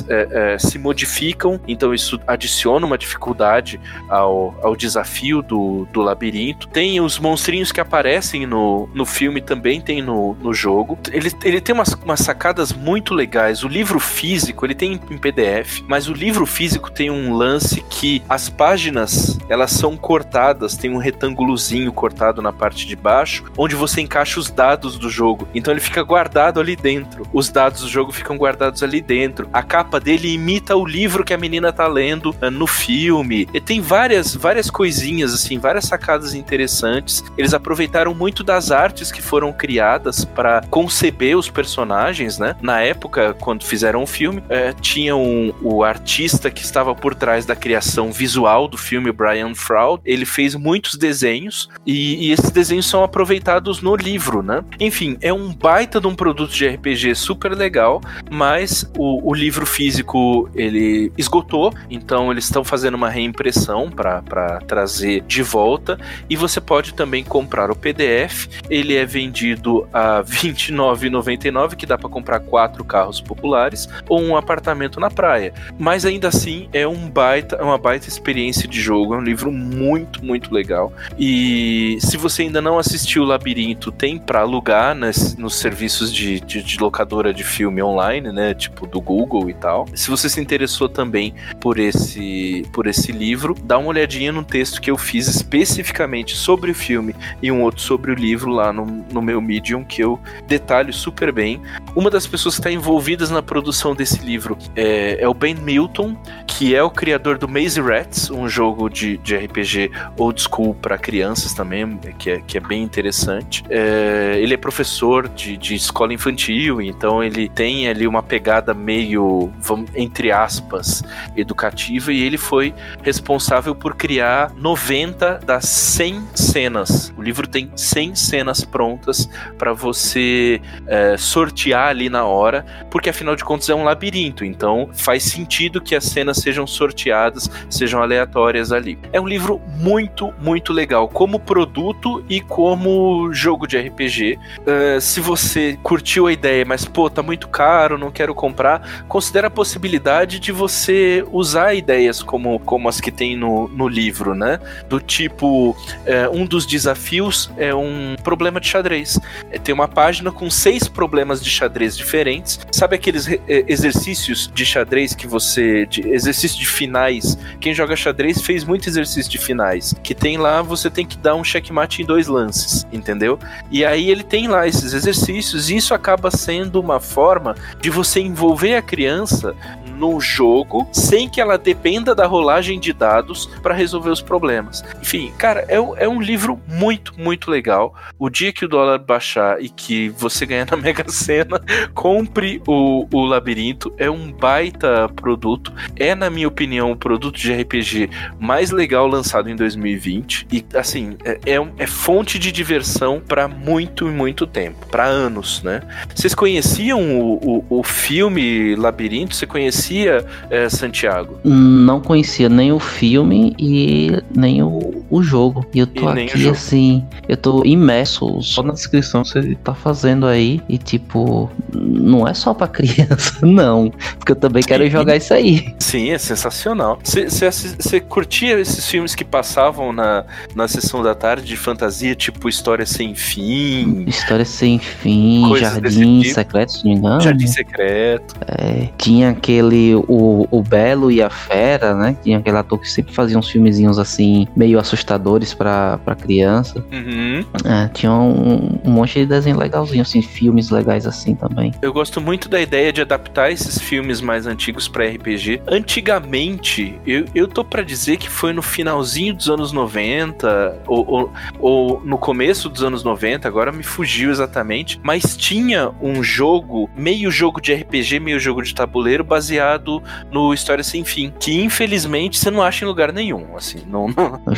se modificam, então isso adiciona uma dificuldade ao desafio do labirinto. Tem os monstrinhos que aparecem no filme, também tem no jogo. Ele tem umas sacadas muito legais. O livro físico, ele tem em PDF, mas o livro físico tem um lance que as páginas, elas são cortadas, tem um retângulozinho cortado na parte de baixo, onde você encaixa os dados do jogo. Então ele fica guardado ali dentro. Os dados do jogo ficam guardados ali dentro. A capa dele imita o livro que a menina tá lendo no filme. E tem várias coisinhas, assim, várias sacadas interessantes. Eles aproveitaram muito das artes que foram criadas para conceber os personagens, né? Na época, quando fizeram o filme, tinha o artista que estava por trás da criação visual do filme, o Brian Froud. Ele fez muitos desenhos e esses desenhos são aproveitados no livro, né? Enfim, é um baita de um produto de RPG super legal, mas o livro físico ele esgotou, então eles estão fazendo uma reimpressão para trazer de volta, e você pode também comprar o PDF. Ele é vendido a R$ 29,99, que dá para comprar 4 carros populares ou um apartamento na praia, mas ainda assim é uma baita experiência de jogo. É um livro muito, muito legal, e se você ainda não assistiu o Labirinto, tem para alugar nos serviços de locadora de filme online, né, tipo do Google e tal. Se você se interessou também por esse livro, dá uma olhadinha no texto que eu fiz especificamente sobre o filme e um outro sobre o livro lá no meu Medium, que eu detalho super bem. Uma das pessoas que está envolvidas na produção desse livro é o Ben Milton, que é o criador do Maze Rats, um jogo de RPG old school para crianças também, que é bem interessante. Ele é professor de escola infantil, então ele tem ali uma pegada meio, entre aspas, educativa, e ele foi responsável por criar 90 das 100 cenas. O livro tem 100 cenas prontas para você sortear ali na hora, porque afinal de contas é um labirinto, então faz sentido que as cenas sejam sorteadas, sejam aleatórias ali. É um livro muito, muito legal como produto e como jogo de RPG. Se você curtiu a ideia, mas tá muito caro, não quero comprar, considera a possibilidade de você usar ideias como as que tem no livro, né? Do tipo, um dos desafios é um problema de xadrez. Tem uma página com 6 problemas de xadrez diferentes. Sabe aqueles exercícios de xadrez que exercício de finais? Quem joga xadrez fez muito exercício de finais. Que tem lá, você tem que dar um checkmate em 2 lances, entendeu? E aí ele tem lá esses exercícios, e isso acaba sendo uma forma de você envolver a criança no jogo sem que ela dependa da rolagem de dados para resolver os problemas. Enfim, cara, é um livro muito, muito legal. O dia que o dólar baixar e que você ganhar na Mega Sena, compre o Labirinto. É um baita produto. É, na minha opinião, o produto de RPG mais legal lançado em 2020. E, assim, é fonte de diversão para muito e muito tempo. Para anos, né? Vocês conheciam o filme Labirinto? Você conhecia, Santiago? Não conhecia nem o filme e nem o jogo. E eu tô aqui, assim, eu tô imerso só na descrição que você tá fazendo aí. E, tipo, não é só pra criança, não. Porque eu também quero jogar isso aí. Sim, é sensacional. Você curtia esses filmes que passavam na sessão da tarde de fantasia, tipo História Sem Fim? História Sem Fim, Jardim Secreto, se não me engano. Jardim Secreto. Tinha aquele, o Belo e a Fera, né? Tinha aquele ator que sempre fazia uns filmezinhos assim, meio assustadores pra criança. Uhum. Tinha um monte de desenho legalzinho, assim, filmes legais assim também. Eu gosto muito da ideia de adaptar esses filmes mais antigos pra RPG. Antigamente, eu tô pra dizer que foi no finalzinho dos anos 90, ou no começo dos anos 90, agora me fugiu exatamente, mas tinha um jogo, meio jogo de RPG, meio jogo de tabuleiro, baseado no História Sem Fim, que infelizmente você não acha em lugar nenhum, assim, não...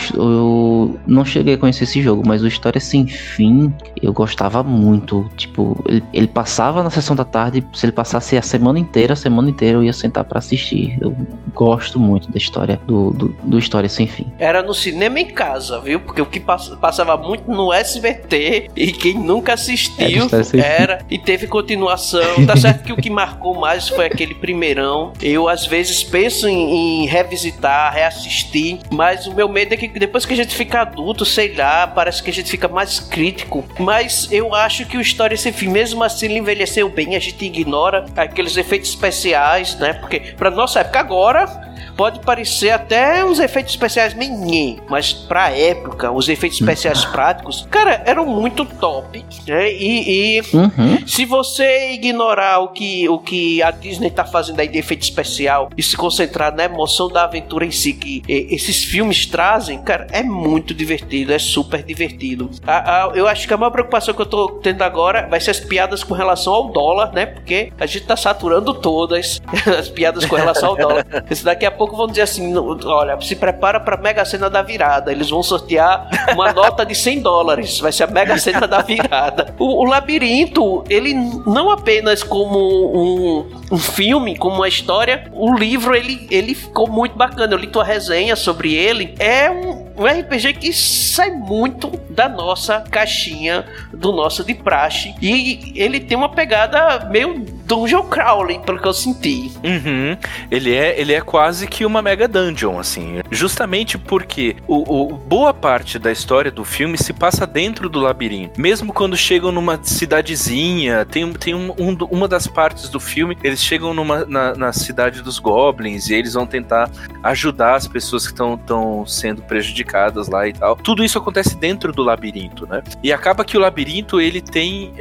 Eu não cheguei a conhecer esse jogo, mas o História Sem Fim eu gostava muito. Tipo, ele passava na sessão da tarde, se ele passasse a semana inteira eu ia sentar pra assistir. Eu gosto muito da história do História Sem Fim. Era no cinema em casa, viu? Porque o que passava muito no SBT, e quem nunca assistiu era, e teve continuação. Tá certo que o que marcou mais foi aquele primeirão. Eu às vezes penso em revisitar, reassistir, mas o meu medo é que depois que a gente fica adulto, sei lá, parece que a gente fica mais crítico. Mas eu acho que o História Sem Fim, mesmo assim, ele envelheceu bem. A gente ignora aqueles efeitos especiais, né? Porque pra nossa época agora pode parecer até uns efeitos especiais menino, mas pra época, os efeitos especiais práticos, cara, eram muito top, né? E se você ignorar o que a Disney tá fazendo aí de efeito especial e se concentrar na emoção da aventura em si que esses filmes trazem, cara, é muito divertido, é super divertido. Eu acho que a maior preocupação que eu tô tendo agora vai ser as piadas com relação ao dólar, né? Porque a gente tá saturando todas as piadas com relação ao dólar. Esse daqui a pouco vão dizer assim, olha, se prepara pra Mega Sena da virada, eles vão sortear uma nota de $100, vai ser a Mega Sena da virada. O Labirinto, ele não apenas como um filme, como uma história, o livro, ele ficou muito bacana. Eu li tua resenha sobre ele. É um RPG que sai muito da nossa caixinha, do nosso de praxe, e ele tem uma pegada meio dungeon crawling, pelo que eu senti. Ele é quase que uma mega dungeon, assim, justamente porque boa parte da história do filme se passa dentro do labirinto. Mesmo quando chegam numa cidadezinha, tem uma das partes do filme, eles chegam na cidade dos goblins e eles vão tentar ajudar as pessoas que estão sendo prejudicadas lá e tal. Tudo isso acontece dentro do labirinto, né? E acaba que o labirinto, ele tem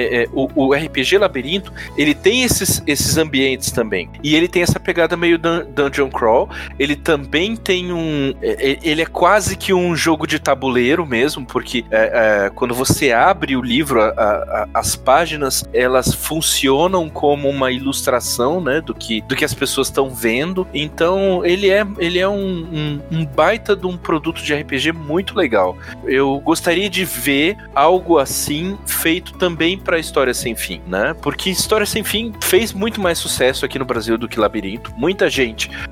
o RPG Labirinto, ele tem esses ambientes também. E ele tem essa pegada meio dungeon crawl. Ele também tem ele é quase que um jogo de tabuleiro mesmo, porque quando você abre o livro, as páginas, elas funcionam como uma ilustração, né, do que as pessoas estão vendo. Então ele é um baita de um produto de RPG muito legal. Eu gostaria de ver algo assim feito também para História Sem Fim, né? Porque História Sem Fim fez muito mais sucesso aqui no Brasil do que Labirinto. Muita gente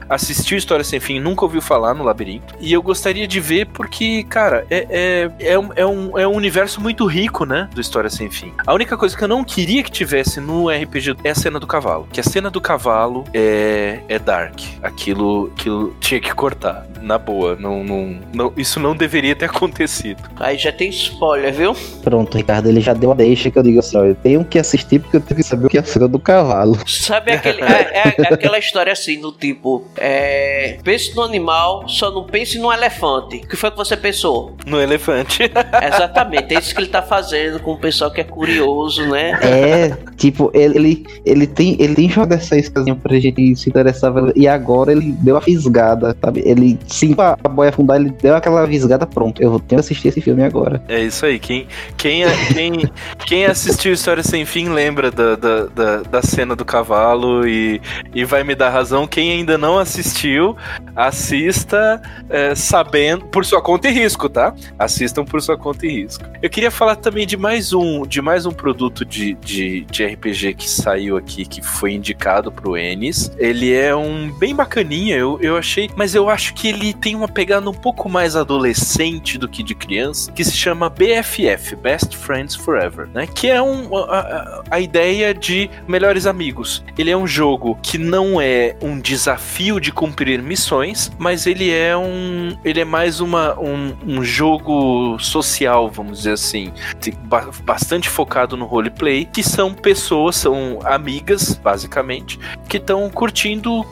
assistiu História Sem Fim, nunca ouviu falar no Labirinto. E eu gostaria de ver porque, cara, é um universo muito rico, né? Do História Sem Fim. A única coisa que eu não queria que tivesse no RPG é a cena do cavalo. Que a cena do cavalo é dark. Aquilo tinha que cortar. Na boa. Não, isso não deveria ter acontecido. Aí já tem spoiler, viu? Pronto, Ricardo, ele já deu a deixa que eu digo assim, ó, eu tenho que assistir porque eu tenho que saber o que é a cena do cavalo. Sabe aquela história assim, do tipo, pense no animal, só não pense no elefante. O que foi que você pensou? No elefante. Exatamente, é isso que ele tá fazendo com o pessoal que é curioso, né? Tipo, ele tem jogado essa iscazinha pra gente se interessar, e agora ele deu a fisgada, sabe? Ele, sim, pra boia afundar, ele deu aquela fisgada, pronto, eu tenho que assistir esse filme agora. É isso aí, quem assistiu História Sem Fim lembra da cena do cavalo e vai me dar razão. Quem ainda não assistiu, assista sabendo, por sua conta e risco, tá? Assistam por sua conta e risco. Eu queria falar também de mais um produto de RPG que saiu aqui, que foi indicado pro Enes. Ele é bem bacaninha, eu achei, mas eu acho que ele tem uma pegada um pouco mais adolescente do que de criança, que se chama BFF, Best Friends Forever, né? Que é a ideia de melhores amigos. Ele é um jogo que não é um desafio de cumprir missões, mas ele é mais um jogo social, vamos dizer assim, bastante focado no roleplay, que são pessoas, são amigas, basicamente, que estão curtindo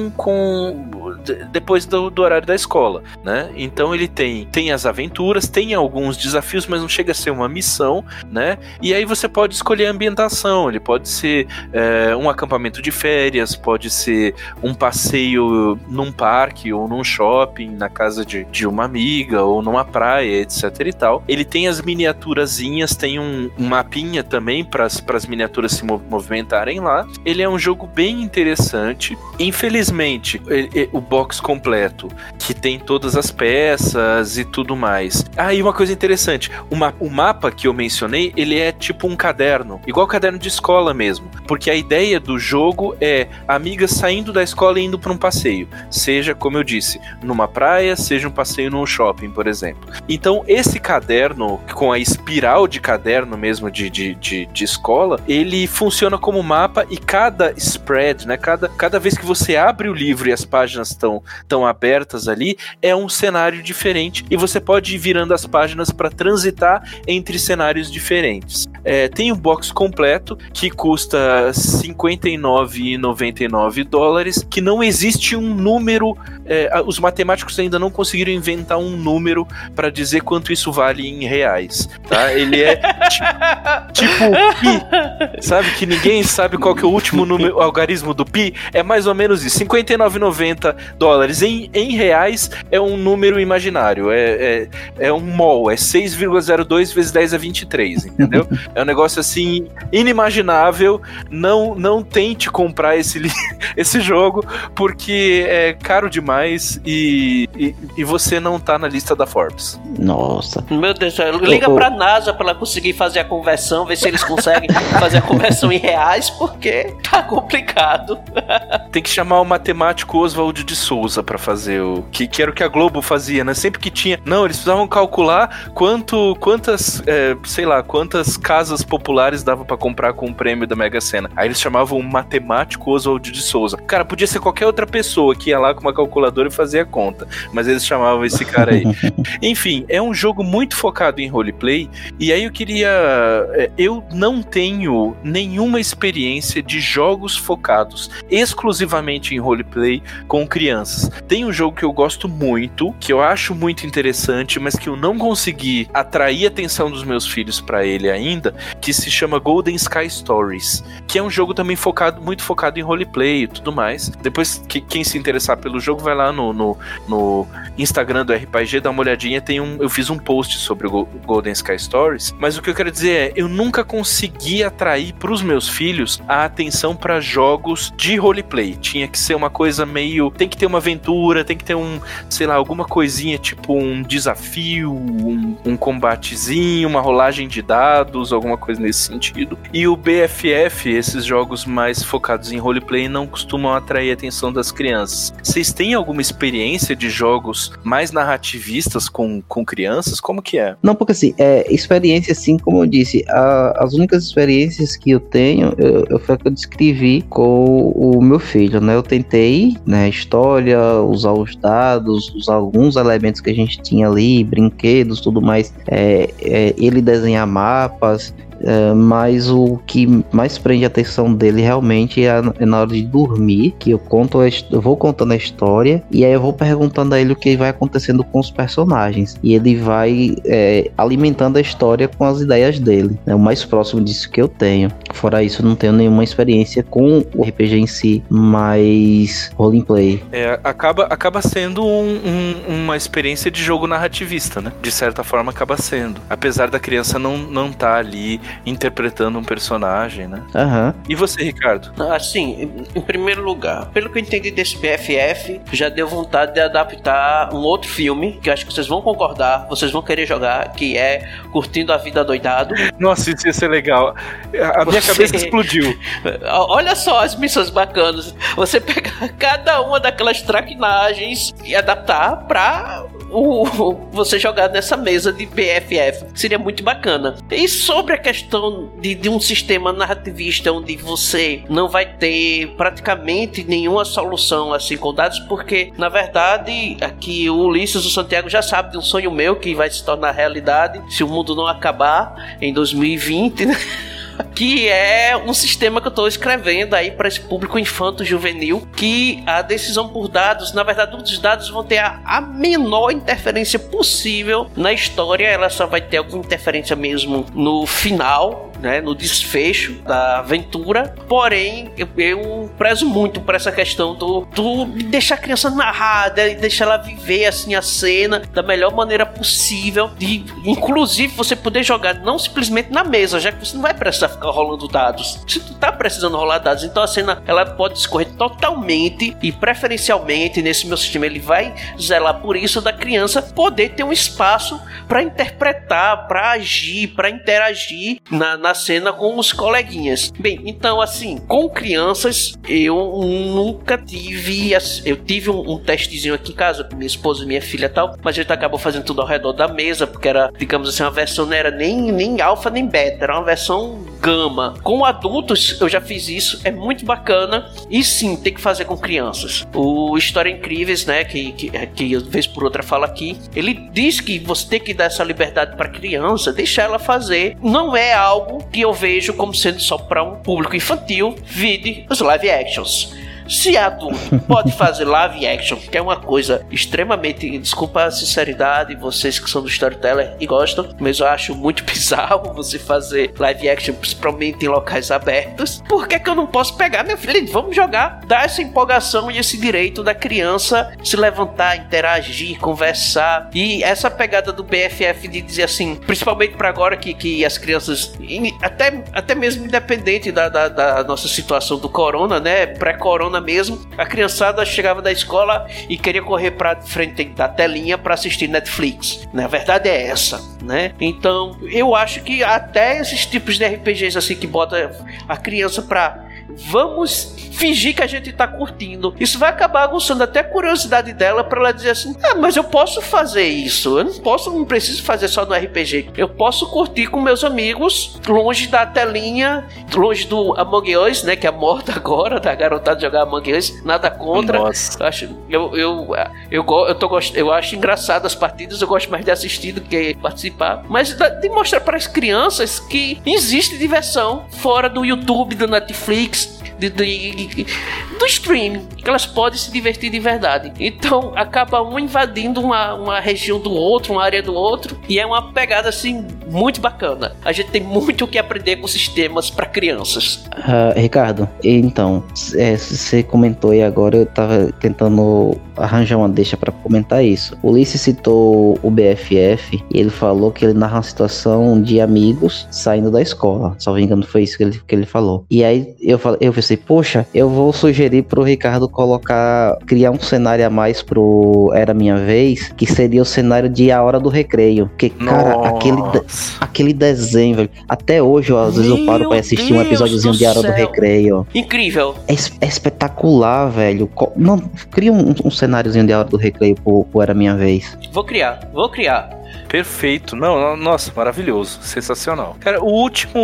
depois do horário da escola, né? Então ele tem as aventuras, tem alguns desafios, mas não chega a ser uma missão, né? E aí você pode escolher a ambientação, ele pode ser um acampamento de férias, pode ser um passeio num parque ou num shopping, na casa de uma amiga ou numa praia, etc e tal. Ele tem as miniaturazinhas, tem um mapinha também para as miniaturas se movimentarem lá. Ele é um jogo bem interessante. Infelizmente, o box completo, que tem todas as peças e tudo mais. E uma coisa interessante, o mapa que eu mencionei, ele é tipo um caderno, igual caderno de escola mesmo, porque a ideia do jogo é amigas saindo da escola e indo para um passeio, seja, como eu disse, numa praia, seja um passeio num shopping, por exemplo. Então, esse caderno, com a espiral de caderno mesmo de escola, ele funciona como mapa, e cada spread, né, cada vez que você abre o livro e as páginas estão abertas ali, é um cenário diferente, e você pode ir virando as páginas para transitar entre cenários diferentes. Tem um box completo que custa $59,99, que não existe um número, os matemáticos ainda não conseguiram inventar um número para dizer quanto isso vale em reais, tá? Ele é tipo pi, sabe, que ninguém sabe qual que é o último número, o algarismo do pi, é mais ou menos isso, $59,90 em reais é um número imaginário, é um mol, é 6,02 vezes 10 a 23, entendeu? É um negócio assim inimaginável. Não tente comprar esse jogo, porque é caro demais e você não tá na lista da Forbes. Nossa. Meu Deus, liga pra NASA pra ela conseguir fazer a conversão, ver se eles conseguem fazer a conversão em reais, porque tá complicado. Tem que chamar o matemático Oswald de Souza pra fazer que era o que a Globo fazia, né? Sempre que tinha... Não, eles precisavam calcular quantas casas populares dava pra comprar com o prêmio da Mega Sena. Aí eles chamavam o matemático Oswald de Souza. Cara, podia ser qualquer outra pessoa que ia lá com uma calculadora e fazia a conta, mas eles chamavam esse cara aí. Enfim, é um jogo muito focado em roleplay, e aí eu não tenho nenhuma experiência de jogos focados exclusivamente em roleplay com crianças. Tem um jogo que eu gosto muito, que eu acho muito interessante, mas que eu não consegui atrair a atenção dos meus filhos pra ele ainda, que se chama Golden Sky Stories, que é um jogo também muito focado em roleplay e tudo mais. Depois, quem se interessar pelo jogo, vai lá no Instagram do RPG, dá uma olhadinha, tem um fiz um post sobre o Golden Sky Stories, mas o que eu quero dizer é, eu nunca consegui atrair pros meus filhos a atenção para jogos de roleplay. Tinha que ser uma coisa meio, tem que ter uma aventura, tem que ter sei lá, alguma coisinha tipo um desafio, um combatezinho, uma rolagem de dados, alguma coisa nesse sentido. E o BFF, esses jogos mais focados em roleplay, não costumam atrair a atenção das crianças. Vocês têm alguma experiência de jogos mais narrativistas com crianças? Como que é? Não, porque assim, experiência assim, como eu disse, as únicas experiências que eu tenho, foi a que eu descrevi com o meu filho, né? Eu tentei, né, história, usar os dados, usar alguns elementos que a gente tinha ali, brinquedos, tudo mais, ele desenhar mapas, mas o que mais prende a atenção dele realmente é na hora de dormir, que eu vou contando a história e aí eu vou perguntando a ele o que vai acontecendo com os personagens e ele vai alimentando a história com as ideias dele. É o mais próximo disso que eu tenho. Fora isso, eu não tenho nenhuma experiência com o RPG em si, mas roleplay. Acaba sendo uma experiência de jogo narrativista, né? De certa forma acaba sendo, apesar da criança não tá ali interpretando um personagem, né? Uhum. E você, Ricardo? Assim, em primeiro lugar, pelo que eu entendi desse BFF, já deu vontade de adaptar um outro filme, que eu acho que vocês vão concordar, vocês vão querer jogar, que é Curtindo a Vida Doidado. Nossa, isso ia ser legal. Minha cabeça explodiu. Olha só as missões bacanas. Você pegar cada uma daquelas traquinagens e adaptar pra você jogar nessa mesa de BFF. Seria muito bacana. E sobre a questão de um sistema narrativista onde você não vai ter praticamente nenhuma solução assim com dados, porque na verdade aqui o Ulisses, o Santiago já sabe de um sonho meu que vai se tornar realidade se o mundo não acabar em 2020, né? Que é um sistema que eu estou escrevendo aí para esse público infanto-juvenil, que a decisão por dados, na verdade, os dados vão ter a menor interferência possível na história, ela só vai ter alguma interferência mesmo no final, né, no desfecho da aventura. Porém, eu prezo muito por essa questão de deixar a criança narrar, de deixar ela viver assim a cena da melhor maneira possível, de inclusive você poder jogar não simplesmente na mesa, já que você não vai precisar ficar rolando dados. Você não tá precisando rolar dados, então a cena ela pode escorrer totalmente e preferencialmente nesse meu sistema ele vai zelar por isso da criança poder ter um espaço para interpretar, para agir, para interagir na cena com os coleguinhas. Bem, então assim, com crianças eu nunca tive, eu tive um testezinho aqui em casa com minha esposa e minha filha e tal, mas a gente acabou fazendo tudo ao redor da mesa, porque era, digamos assim, uma versão não era nem alfa nem beta, era uma versão gama. Com adultos eu já fiz isso, é muito bacana e sim, tem que fazer com crianças. O História Incríveis, né, que vez por outra fala aqui, ele diz que você tem que dar essa liberdade para criança, deixar ela fazer. Não é algo que eu vejo como sendo só para um público infantil, vide os live actions. Se adulto pode fazer live action, que é uma coisa extremamente, desculpa a sinceridade, vocês que são do storyteller e gostam, mas eu acho muito bizarro você fazer live action, principalmente em locais abertos. Por que eu não posso pegar, meu filho? Vamos jogar, dar essa empolgação e esse direito da criança se levantar, interagir, conversar. E essa pegada do BFF de dizer assim, principalmente para agora que as crianças, até mesmo independente da nossa situação do corona, né, pré-corona mesmo, a criançada chegava da escola e queria correr pra frente da telinha pra assistir Netflix. Na verdade é essa, né? Então, eu acho que até esses tipos de RPGs assim que bota a criança pra vamos fingir que a gente tá curtindo, isso vai acabar aguçando até a curiosidade dela pra ela dizer assim, mas eu posso fazer isso, eu não preciso fazer só no RPG, eu posso curtir com meus amigos, longe da telinha, longe do Among Us, né, que é a moda agora da garotada jogar Among Us, nada contra. Nossa. Eu acho engraçado as partidas, eu gosto mais de assistir do que participar, mas de mostrar para as crianças que existe diversão fora do YouTube, do Netflix, do streaming, que elas podem se divertir de verdade. Então acaba um invadindo uma região do outro, uma área do outro, e é uma pegada assim muito bacana. A gente tem muito o que aprender com sistemas para crianças. Ricardo, então, você comentou e agora eu tava tentando arranjar uma deixa para comentar isso. O Ulisses citou o BFF e ele falou que ele narra uma situação de amigos saindo da escola. Se não me engano, foi isso que ele falou. E aí eu pensei, poxa, eu vou sugerir pro Ricardo criar um cenário a mais pro Era Minha Vez, que seria o cenário de A Hora do Recreio. Porque, cara, aquele desenho, velho, até hoje, às vezes eu paro pra assistir um episódiozinho de A Hora do Recreio. Incrível. É espetacular, velho. Não, cria um cenáriozinho de A Hora do Recreio pro Era Minha Vez. Vou criar. Perfeito. Não, nossa, maravilhoso. Sensacional. Cara, o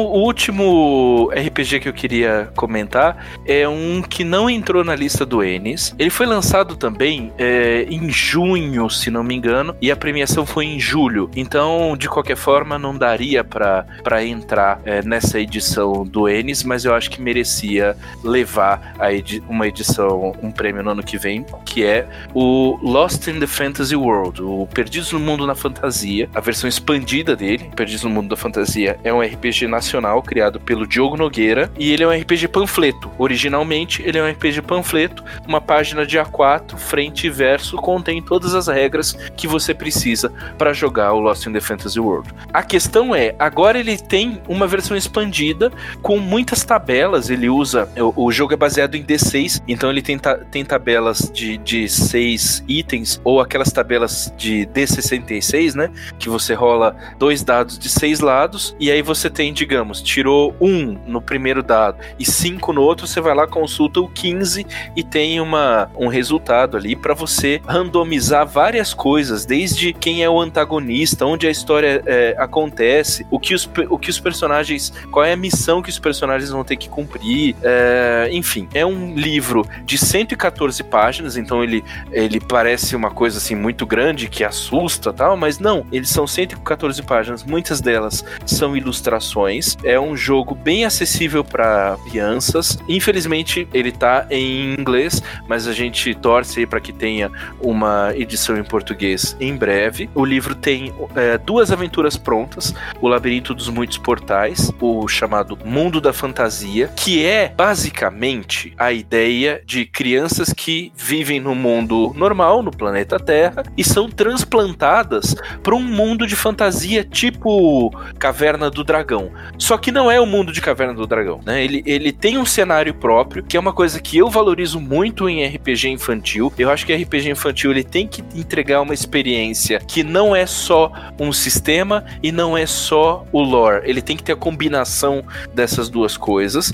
último RPG que eu queria comentar é um que não entrou na lista do Enes. Ele foi lançado também em junho, se não me engano, e a premiação foi em julho. Então, de qualquer forma, não daria pra entrar nessa edição do Enes, mas eu acho que merecia levar uma edição, um prêmio no ano que vem, que é o Lost in the Fantasy World, o Perdidos no Mundo na Fantasia, a versão expandida dele. Perdidos no Mundo da Fantasia é um RPG nacional criado pelo Diogo Nogueira, e ele é um RPG panfleto. Originalmente, ele é um RPG panfleto, uma página de A4, frente e verso, contém todas as regras que você precisa para jogar o Lost in the Fantasy World. A questão é, agora ele tem uma versão expandida com muitas tabelas. Ele usa, o jogo é baseado em D6, então ele tem tabelas de 6 itens, ou aquelas tabelas de D66, né, que você rola 2 dados de 6 lados, e aí você tem, digamos, tirou 1 no primeiro dado e 5 no outro, você vai lá, consulta o 15 e tem um resultado ali para você randomizar várias coisas, desde quem é o antagonista, onde a história acontece, o que os personagens, qual é a missão que os personagens vão ter que cumprir, enfim, é um livro de 114 páginas, então ele parece uma coisa assim muito grande que assusta, tal, mas não, eles são 114 páginas, muitas delas são ilustrações. É um jogo bem acessível para crianças. Infelizmente ele tá em inglês, mas a gente torce aí para que tenha uma edição em português em breve. O livro tem 2 aventuras prontas: o Labirinto dos Muitos Portais, o chamado Mundo da Fantasia, que é basicamente a ideia de crianças que vivem no mundo normal, no planeta Terra, e são transplantadas para um mundo de fantasia tipo Caverna do Dragão. Só que não é o mundo de Caverna do Dragão, né? Ele tem um cenário próprio, que é uma coisa que eu valorizo muito em RPG infantil. Eu acho que RPG infantil ele tem que entregar uma experiência que não é só um sistema e não é só o lore. Ele tem que ter a combinação dessas duas coisas.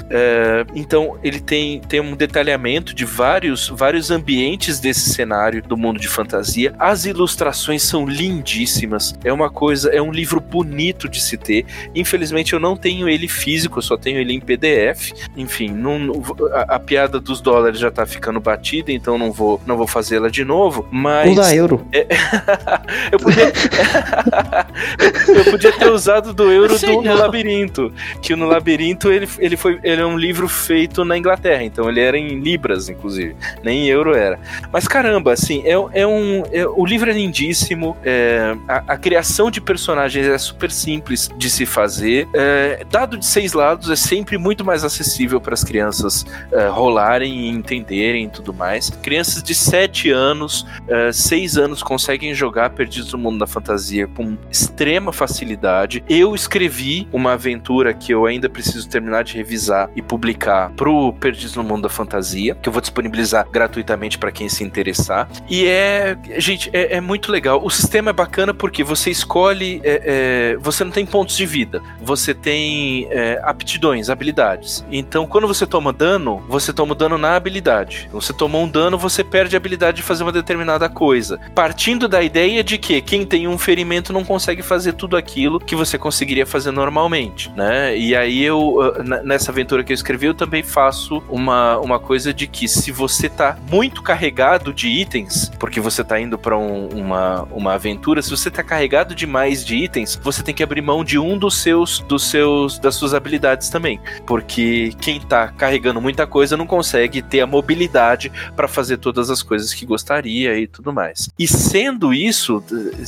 Então ele tem um detalhamento de vários ambientes desse cenário do mundo de fantasia. As ilustrações são lindíssimas. É um livro bonito de se ter. Infelizmente eu não tenho ele físico, eu só tenho ele em PDF. Enfim, a piada dos dólares já tá ficando batida, então não vou fazê-la de novo, mas... Usa euro. Eu podia ter usado do euro no Labirinto, que no Labirinto ele é um livro feito na Inglaterra, então ele era em libras, inclusive, nem em euro era. Mas caramba, assim, o livro é lindíssimo, a criação de personagens é super simples de se fazer, dado de 6 lados é sempre muito mais acessível para as crianças rolarem e entenderem e tudo mais. Crianças de 7 anos, 6 anos conseguem jogar Perdidos no Mundo da Fantasia com extrema facilidade. Eu escrevi uma aventura que eu ainda preciso terminar de revisar e publicar pro Perdidos no Mundo da Fantasia, que eu vou disponibilizar gratuitamente para quem se interessar. E gente, é muito legal. O sistema é bacana porque você escolhe, você não tem pontos de vida, você tem aptidões, habilidades. Então quando você toma dano na habilidade. Você tomou um dano, você perde a habilidade de fazer uma determinada coisa, partindo da ideia de que quem tem um ferimento não consegue fazer tudo aquilo que você conseguiria fazer normalmente, né? E aí nessa aventura que eu escrevi, eu também faço uma coisa de que se você tá muito carregado de itens, porque você tá indo pra uma aventura, se você tá carregado demais de itens, você tem que abrir mão de um das suas habilidades também, porque quem tá carregando muita coisa não consegue ter a mobilidade para fazer todas as coisas que gostaria e tudo mais. E sendo isso,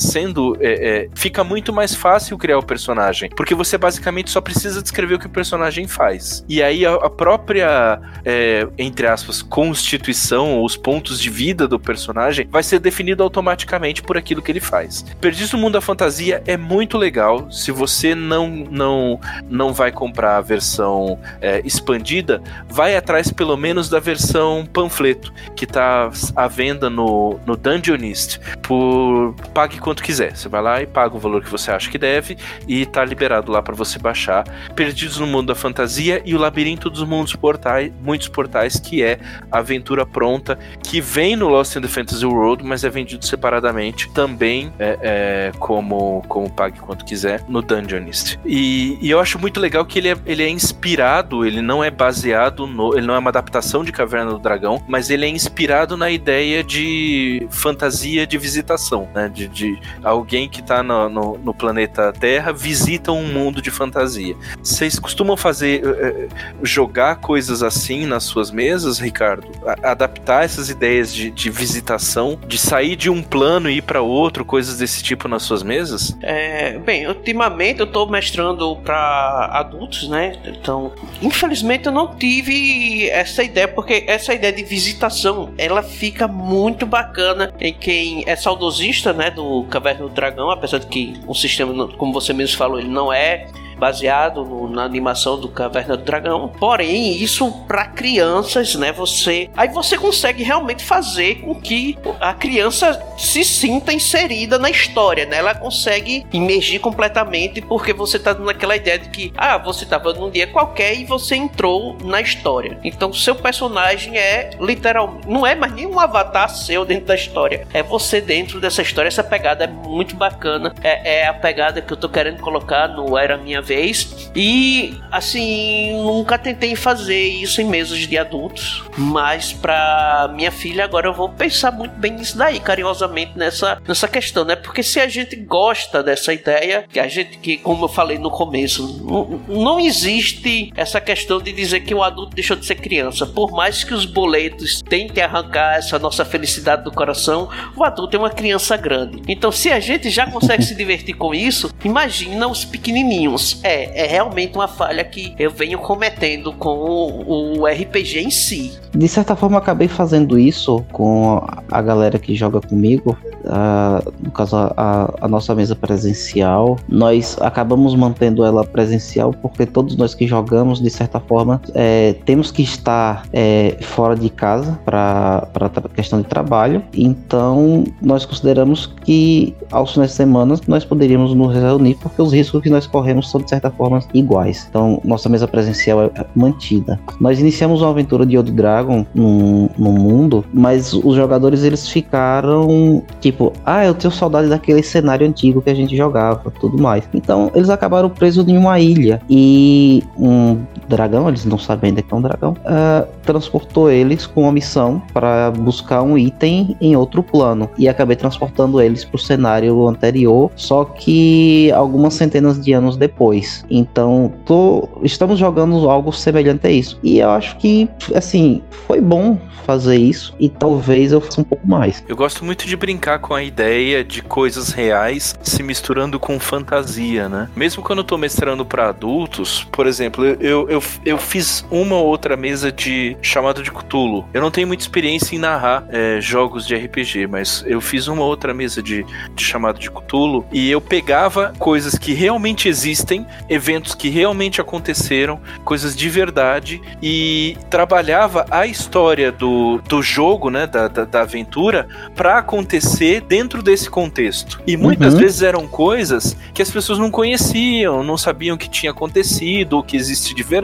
fica muito mais fácil criar o personagem, porque você basicamente só precisa descrever o que o personagem faz. E aí a própria, entre aspas, constituição, ou os pontos de vida do personagem, vai ser definido automaticamente por aquilo que ele faz. Perdidos no Mundo da Fantasia é muito legal. Se você não vai comprar a versão expandida, vai atrás pelo menos da versão panfleto, que tá à venda no Dungeonist, pague quanto quiser. Você vai lá e paga o valor que você acha que deve, e tá liberado lá para você baixar Perdidos no Mundo da Fantasia e o Labirinto dos Muitos Portais, que é a aventura pronta, que vem no Lost in the Fantasy World, mas é vendido separadamente, também como pague quanto quiser, no Dungeonist. E eu acho muito legal que ele é inspirado, ele não é baseado ele não é uma adaptação de Caverna do Dragão, mas ele é inspirado na ideia de fantasia de visitação, né? De alguém que tá no planeta Terra visita um mundo de fantasia. Vocês costumam jogar coisas assim nas suas mesas, Ricardo? Adaptar essas ideias de visitação, de sair de um plano e ir para outro, coisas desse tipo nas suas mesas? Bem, ultimamente eu tô mestrando para adultos, né? Então, infelizmente eu não tive essa ideia, porque essa ideia de visitação, ela fica muito bacana em quem é saudosista, né, do Caverna do Dragão, apesar de que o sistema, como você mesmo falou, ele não é baseado na animação do Caverna do Dragão. Porém, isso para crianças, né? Aí você consegue realmente fazer com que a criança se sinta inserida na história, né? Ela consegue imergir completamente, porque você tá dando aquela ideia de que você tava num dia qualquer e você entrou na história. Então, seu personagem é literalmente, não é mais nenhum avatar seu dentro da história, é você dentro dessa história. Essa pegada é muito bacana, é a pegada que eu tô querendo colocar no Era Minha Vez. E assim, nunca tentei fazer isso em mesas de adultos, mas pra minha filha agora eu vou pensar muito bem nisso daí, carinhosamente nessa questão, né? Porque se a gente gosta dessa ideia, que como eu falei no começo, não existe essa questão de dizer que o adulto deixou de ser criança. Por mais que os boletos tentem arrancar essa nossa felicidade do coração, o adulto é uma criança grande. Então, se a gente já consegue se divertir com isso, imagina os pequenininhos. É realmente uma falha que eu venho cometendo com o RPG em si. De certa forma, eu acabei fazendo isso com a galera que joga comigo. No caso, a nossa mesa presencial, nós acabamos mantendo ela presencial porque todos nós que jogamos, de certa forma, temos que estar fora de casa para questão de trabalho. Então, nós consideramos que aos finais de semana nós poderíamos nos reunir, porque os riscos que nós corremos são de certa forma iguais. Então, nossa mesa presencial é mantida. Nós iniciamos uma aventura de Old Dragon no mundo, mas os jogadores eles ficaram tipo, eu tenho saudade daquele cenário antigo que a gente jogava, tudo mais. Então, eles acabaram presos em uma ilha e um dragão, eles não sabem ainda que é um dragão, transportou eles com uma missão para buscar um item em outro plano, e acabei transportando eles pro cenário anterior, só que algumas centenas de anos depois. Então, estamos jogando algo semelhante a isso, e eu acho que, assim, foi bom fazer isso, e talvez eu faça um pouco mais. Eu gosto muito de brincar com a ideia de coisas reais se misturando com fantasia, né? Mesmo quando eu tô mestrando para adultos, por exemplo, eu fiz uma ou outra mesa de Chamado de Cthulhu. Eu não tenho muita experiência em narrar jogos de RPG, mas eu fiz uma ou outra mesa de Chamado de Cthulhu, e eu pegava coisas que realmente existem, eventos que realmente aconteceram, coisas de verdade, e trabalhava a história do jogo, né, da aventura, para acontecer dentro desse contexto. E muitas vezes eram coisas que as pessoas não conheciam, não sabiam que tinha acontecido, ou que existe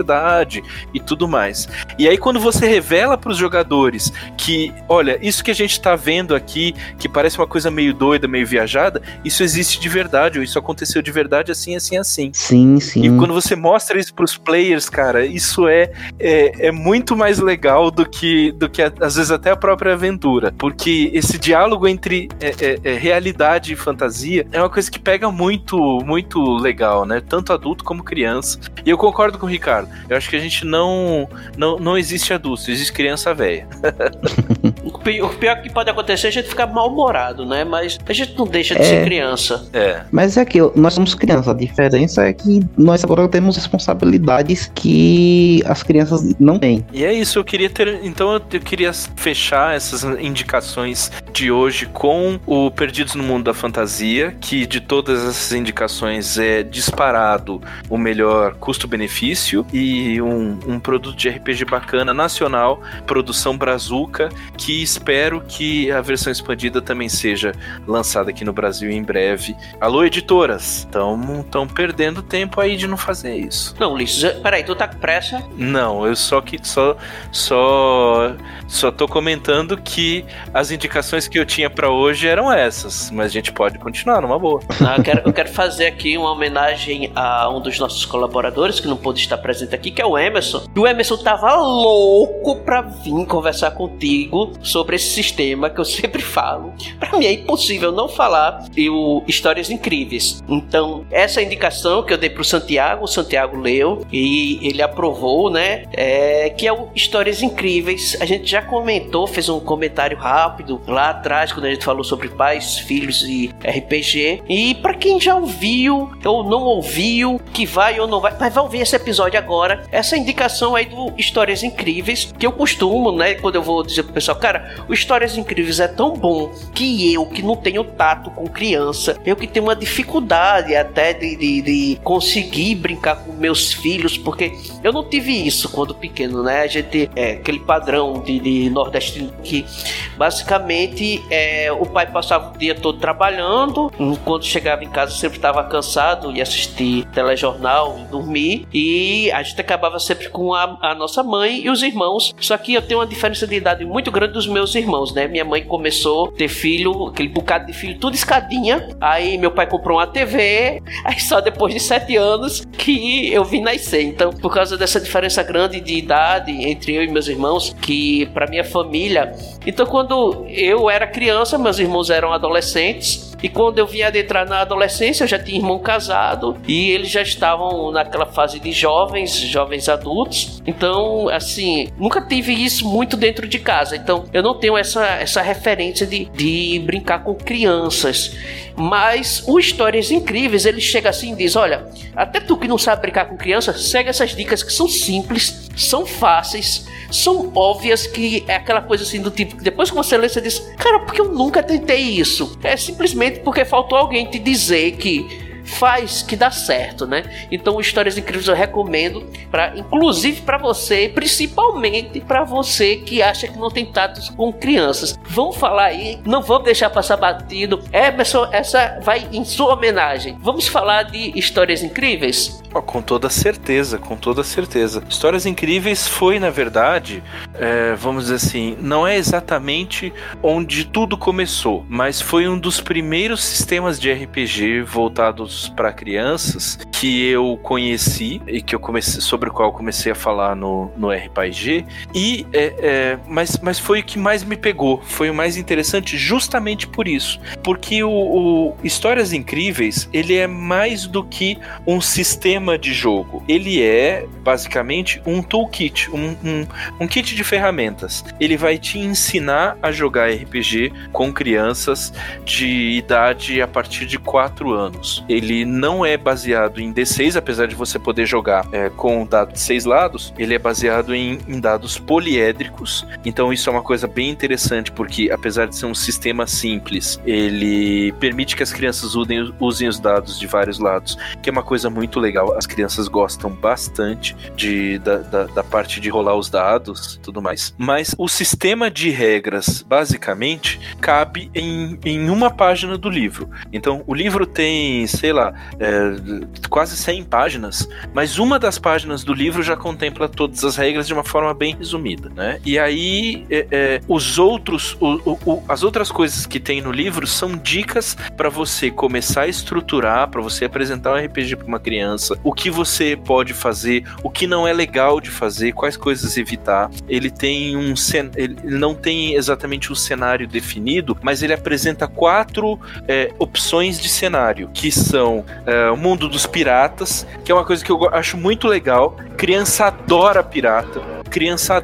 verdade e tudo mais. E aí quando você revela pros jogadores que, olha, isso que a gente tá vendo aqui, que parece uma coisa meio doida, meio viajada, isso existe de verdade, ou isso aconteceu de verdade assim, assim, assim. Sim, sim. E quando você mostra isso pros players, cara, isso é muito mais legal do que às vezes até a própria aventura, porque esse diálogo entre realidade e fantasia é uma coisa que pega muito, muito legal, né? Tanto adulto como criança. E eu concordo com o Ricardo. Eu acho que a gente não existe adulto, existe criança velha. O pior que pode acontecer é a gente ficar mal-humorado, né? Mas a gente não deixa de ser criança. Mas é que nós somos crianças. A diferença é que nós agora temos responsabilidades que as crianças não têm. E é isso, eu queria fechar essas indicações de hoje com o Perdidos no Mundo da Fantasia, que de todas essas indicações é disparado o melhor custo-benefício e um produto de RPG bacana, nacional, produção brazuca, que espero que a versão expandida também seja lançada aqui no Brasil em breve. Alô, editoras, estão perdendo tempo aí de não fazer isso. Não, Ulisses, peraí, tu tá com pressa? Não, eu só tô comentando que as indicações que eu tinha pra hoje eram essas, mas a gente pode continuar numa boa. Eu quero fazer aqui uma homenagem a um dos nossos colaboradores que não pôde estar presente aqui, que é o Emerson. E o Emerson tava louco pra vir conversar contigo sobre esse sistema que eu sempre falo. Pra mim é impossível não falar de Histórias Incríveis. Então, essa indicação que eu dei pro Santiago, o Santiago leu e ele aprovou, né? Que é o Histórias Incríveis. A gente já comentou, fez um comentário rápido lá atrás, quando a gente falou sobre pais, filhos e RPG. E pra quem já ouviu ou não ouviu, que vai ou não vai, mas vai ouvir esse episódio agora, essa indicação aí do Histórias Incríveis, que eu costumo, né, quando eu vou dizer pro pessoal, cara, o Histórias Incríveis é tão bom que eu, que não tenho tato com criança, eu que tenho uma dificuldade até de conseguir brincar com meus filhos, porque eu não tive isso quando pequeno, né? A gente aquele padrão de nordestino que basicamente o pai passava o dia todo trabalhando, quando chegava em casa sempre estava cansado e assistir telejornal e dormir, e a gente acabava sempre com a nossa mãe e os irmãos. Só que eu tenho uma diferença de idade muito grande dos meus irmãos, né? Minha mãe começou a ter filho, aquele bocado de filho, tudo escadinha. Aí meu pai comprou uma TV, aí só depois de 7 anos que eu vim nascer. Então, por causa dessa diferença grande de idade entre eu e meus irmãos, que pra minha família... Então, quando eu era criança, meus irmãos eram adolescentes, e quando eu vim adentrar na adolescência, eu já tinha irmão casado, e eles já estavam naquela fase de jovens adultos. Então, assim, nunca tive isso muito dentro de casa. Então, eu não tenho essa referência de brincar com crianças. Mas o Histórias Incríveis, ele chega assim e diz, olha, até tu que não sabe brincar com criança, segue essas dicas que são simples, são fáceis, são óbvias, que é aquela coisa assim do tipo, que depois que você lê, você diz, cara, porque eu nunca tentei isso? É simplesmente porque faltou alguém te dizer que faz, que dá certo, né? Então, Histórias Incríveis eu recomendo, inclusive para você, principalmente para você que acha que não tem tato com crianças. Vamos falar aí, não vamos deixar passar batido. Emerson, essa vai em sua homenagem. Vamos falar de Histórias Incríveis? Com toda certeza, com toda certeza. Histórias Incríveis foi, na verdade, vamos dizer assim, não é exatamente onde tudo começou, mas foi um dos primeiros sistemas de RPG voltados para crianças que eu conheci e que eu comecei, sobre o qual eu comecei a falar no RPG, e mas foi o que mais me pegou, foi o mais interessante justamente por isso, porque o Histórias Incríveis, ele é mais do que um sistema de jogo, ele é basicamente um toolkit, um kit de ferramentas. Ele vai te ensinar a jogar RPG com crianças de idade a partir de 4 anos. Ele não é baseado em D6, apesar de você poder jogar com um dado de 6 lados, ele é baseado em dados poliédricos. Então isso é uma coisa bem interessante, porque apesar de ser um sistema simples, ele permite que as crianças usem os dados de vários lados, que é uma coisa muito legal. As crianças gostam bastante da parte de rolar os dados e tudo mais. Mas o sistema de regras, basicamente, cabe em uma página do livro. Então o livro tem, sei lá, quase 100 páginas, mas uma das páginas do livro já contempla todas as regras de uma forma bem resumida, né? E aí, as outras coisas que tem no livro são dicas para você começar a estruturar, para você apresentar um RPG para uma criança, o que você pode fazer, o que não é legal de fazer, quais coisas evitar. Ele não tem exatamente um cenário definido, mas ele apresenta 4 opções de cenário, que são o mundo dos piratas, que é uma coisa que eu acho muito legal. Criança adora pirata, criança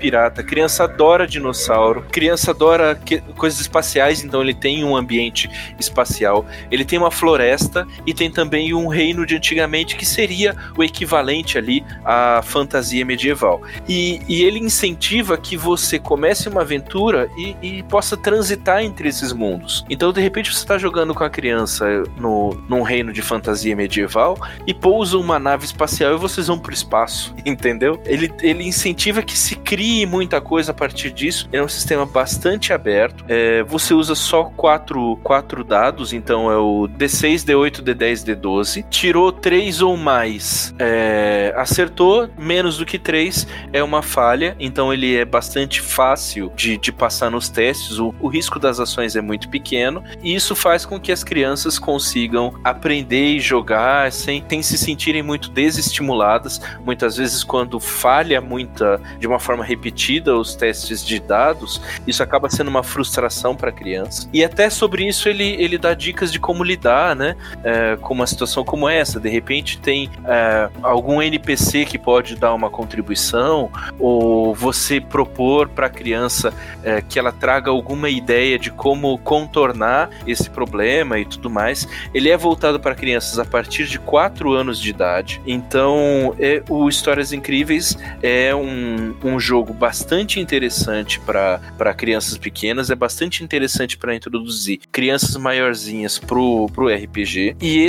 adora dinossauro, criança adora coisas espaciais, então ele tem um ambiente espacial, ele tem uma floresta e tem também um reino de antigamente que seria o equivalente ali à fantasia medieval. E ele incentiva que você comece uma aventura e possa transitar entre esses mundos. Então, de repente, você está jogando com a criança num reino de fantasia medieval e pousa uma nave espacial e vocês vão pro espaço, entendeu? Ele incentiva que se crie muita coisa a partir disso. É um sistema bastante aberto. Você usa só 4 dados, então é o D6, D8, D10, D12. Tirou 3 ou mais, acertou, menos do que 3 é uma falha, então ele é bastante fácil de passar nos testes. O risco das ações é muito pequeno, e isso faz com que as crianças consigam aprender e jogar sem se sentirem muito desestimuladas. Muitas vezes, quando falha de uma forma repetida os testes de dados, isso acaba sendo uma frustração para a criança. E até sobre isso ele dá dicas de como lidar, né, com uma situação como essa. De repente tem algum NPC que pode dar uma contribuição, ou você propor para a criança que ela traga alguma ideia de como contornar esse problema e tudo mais. Ele é voltado para crianças a partir de 4 anos de idade. Então, o Histórias Incríveis é um jogo bastante interessante para crianças pequenas, é bastante interessante para introduzir crianças maiorzinhas pro RPG. E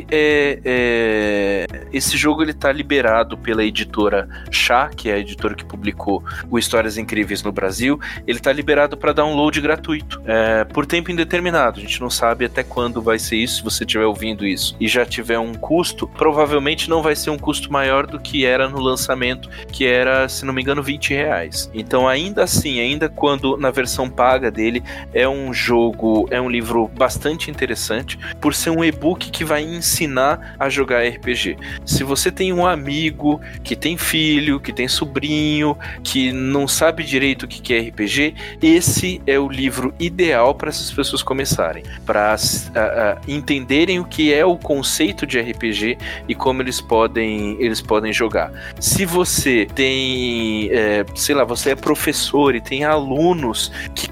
esse jogo ele tá liberado pela editora Chá, que é a editora que publicou o Histórias Incríveis no Brasil. Ele tá liberado para download gratuito, por tempo indeterminado. A gente não sabe até quando vai ser isso. Se você estiver ouvindo isso e já tiver um custo, provavelmente não vai ser um custo maior do que era no lançamento, que era, se não me engano, R$20. Então, ainda assim, quando na versão paga dele, é um livro bastante interessante, por ser um e-book que vai ensinar a jogar RPG. Se você tem um amigo que tem filho, que tem sobrinho, que não sabe direito o que é RPG, esse é o livro ideal para essas pessoas começarem, para entenderem o que é o conceito de RPG e como eles podem jogar. Se você tem, você é professor e tem alunos que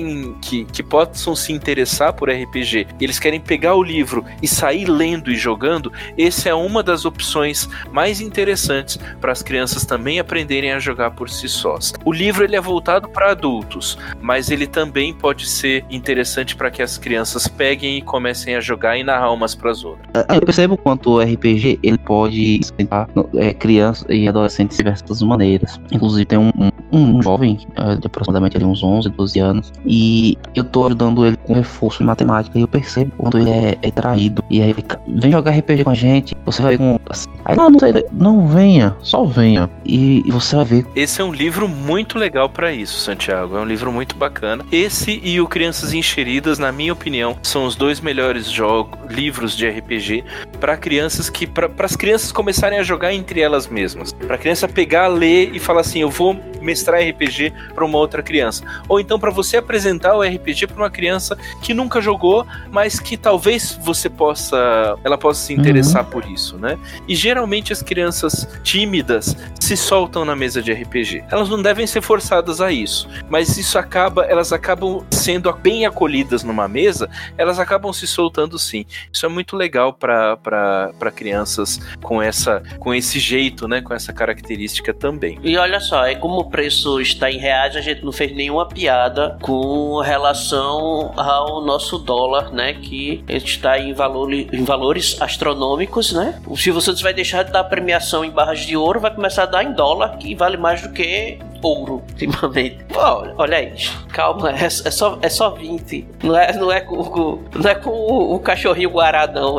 possam se interessar por RPG, eles querem pegar o livro e sair lendo e jogando, essa é uma das opções mais interessantes para as crianças também aprenderem a jogar por si sós. O livro ele é voltado para adultos, mas ele também pode ser interessante para que as crianças peguem e comecem a jogar e narrar umas para as outras. Eu percebo quanto o RPG ele pode esquentar crianças e adolescentes de diversas maneiras. Inclusive tem um jovem de aproximadamente ali, uns 11, 12 anos, e eu tô ajudando ele com reforço em matemática, e eu percebo quando ele é traído, e aí ele vem jogar RPG com a gente, você vai com assim, aí não venha, só venha, e você vai ver. Esse é um livro muito legal para isso, Santiago, é um livro muito bacana. Esse e o Crianças Encheridas, na minha opinião, são os 2 melhores livros de RPG para crianças, para as crianças começarem a jogar entre elas mesmas, para a criança pegar, ler e falar assim, eu vou mestrar RPG para uma outra criança, ou então para você apresentar o RPG para uma criança que nunca jogou, mas que talvez ela possa se interessar por isso, né? E geralmente as crianças tímidas se soltam na mesa de RPG. Elas não devem ser forçadas a isso, mas elas acabam sendo bem acolhidas numa mesa, elas acabam se soltando sim. Isso é muito legal para crianças com esse jeito, né? Com essa característica também. E olha só, como o preço está em reais, a gente não fez nenhuma piada com relação ao nosso dólar, né? Que está em valores astronômicos, né? Se você vai deixar de dar premiação em barras de ouro, vai começar a dar em dólar, que vale mais do que ouro ultimamente. Pô, olha aí, calma, é só 20. Não é com o cachorrinho Guará, não.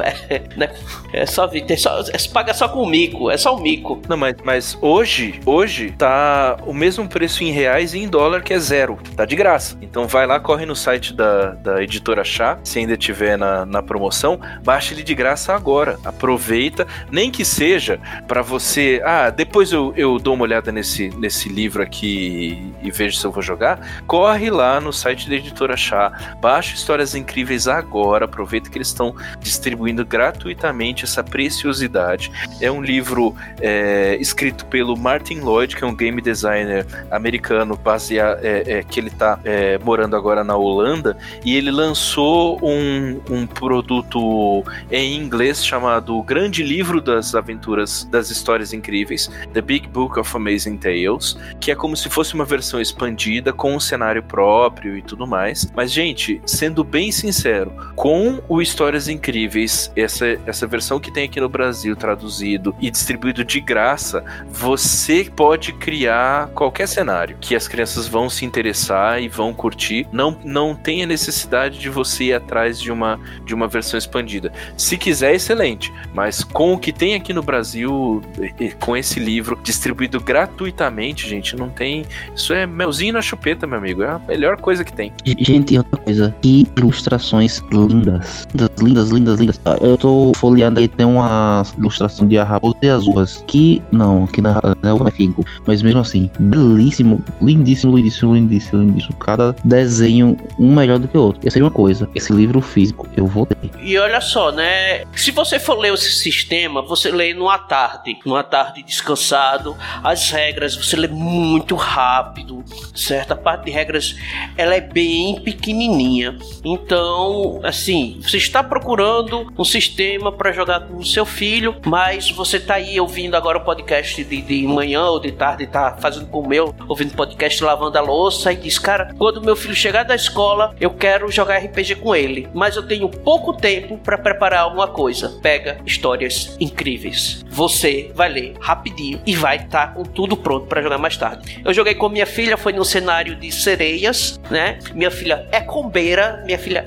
É só 20. Paga só com o mico, é só o mico. Não, mas hoje tá o mesmo preço em reais e em dólar, que é 0. Tá de graça. Então vai lá, corre no site da editora Chá, se ainda tiver na promoção, baixa ele de graça agora. Aproveita, nem que seja pra você... depois eu dou uma olhada nesse livro aqui e vejo se eu vou jogar. Corre lá no site da editora Chá, baixa Histórias Incríveis agora, aproveita que eles estão distribuindo gratuitamente essa preciosidade. É um livro escrito pelo Martin Lloyd, que é um game designer americano, que ele tá morando agora na Holanda, e ele lançou um produto em inglês chamado O Grande Livro das Aventuras das Histórias Incríveis, The Big Book of Amazing Tales, que é como se fosse uma versão expandida com um cenário próprio e tudo mais. Mas, gente, sendo bem sincero, com o Histórias Incríveis, essa versão que tem aqui no Brasil traduzido e distribuído de graça, você pode criar qualquer cenário que as crianças vão se interessar e vão curtir. Não tem a necessidade de você ir atrás de uma versão expandida. Se quiser, excelente, mas com o que tem aqui no Brasil, com esse livro distribuído gratuitamente, gente, não tem... Isso é melzinho na chupeta, meu amigo, é a melhor coisa que tem. Gente, outra coisa, que ilustrações lindas. Lindas. Eu tô folheando aí, tem uma ilustração de A Raposa e as Urras, que não é figo, mas mesmo assim, belíssimo, lindíssimo. Cada desenho, um melhor do que o outro. Essa é uma coisa, esse livro físico eu vou ter. E olha só, né, se você for ler esse sistema, você lê numa tarde descansado, as regras você lê muito rápido, certo? A parte de regras, ela é bem pequenininha. Então, assim, você está procurando um sistema para jogar com o seu filho, mas você tá aí ouvindo agora o podcast de manhã ou de tarde, tá fazendo como o meu, ouvindo podcast lavando a louça, e diz, cara, quando meu filho chegar da escola, eu quero jogar RPG com ele, mas eu tenho pouco tempo para preparar alguma coisa. Pega Histórias Incríveis. Você vai ler rapidinho e vai estar com tudo pronto para jogar mais tarde. Eu joguei com minha filha, foi num cenário de sereias, né? Minha filha é combeira,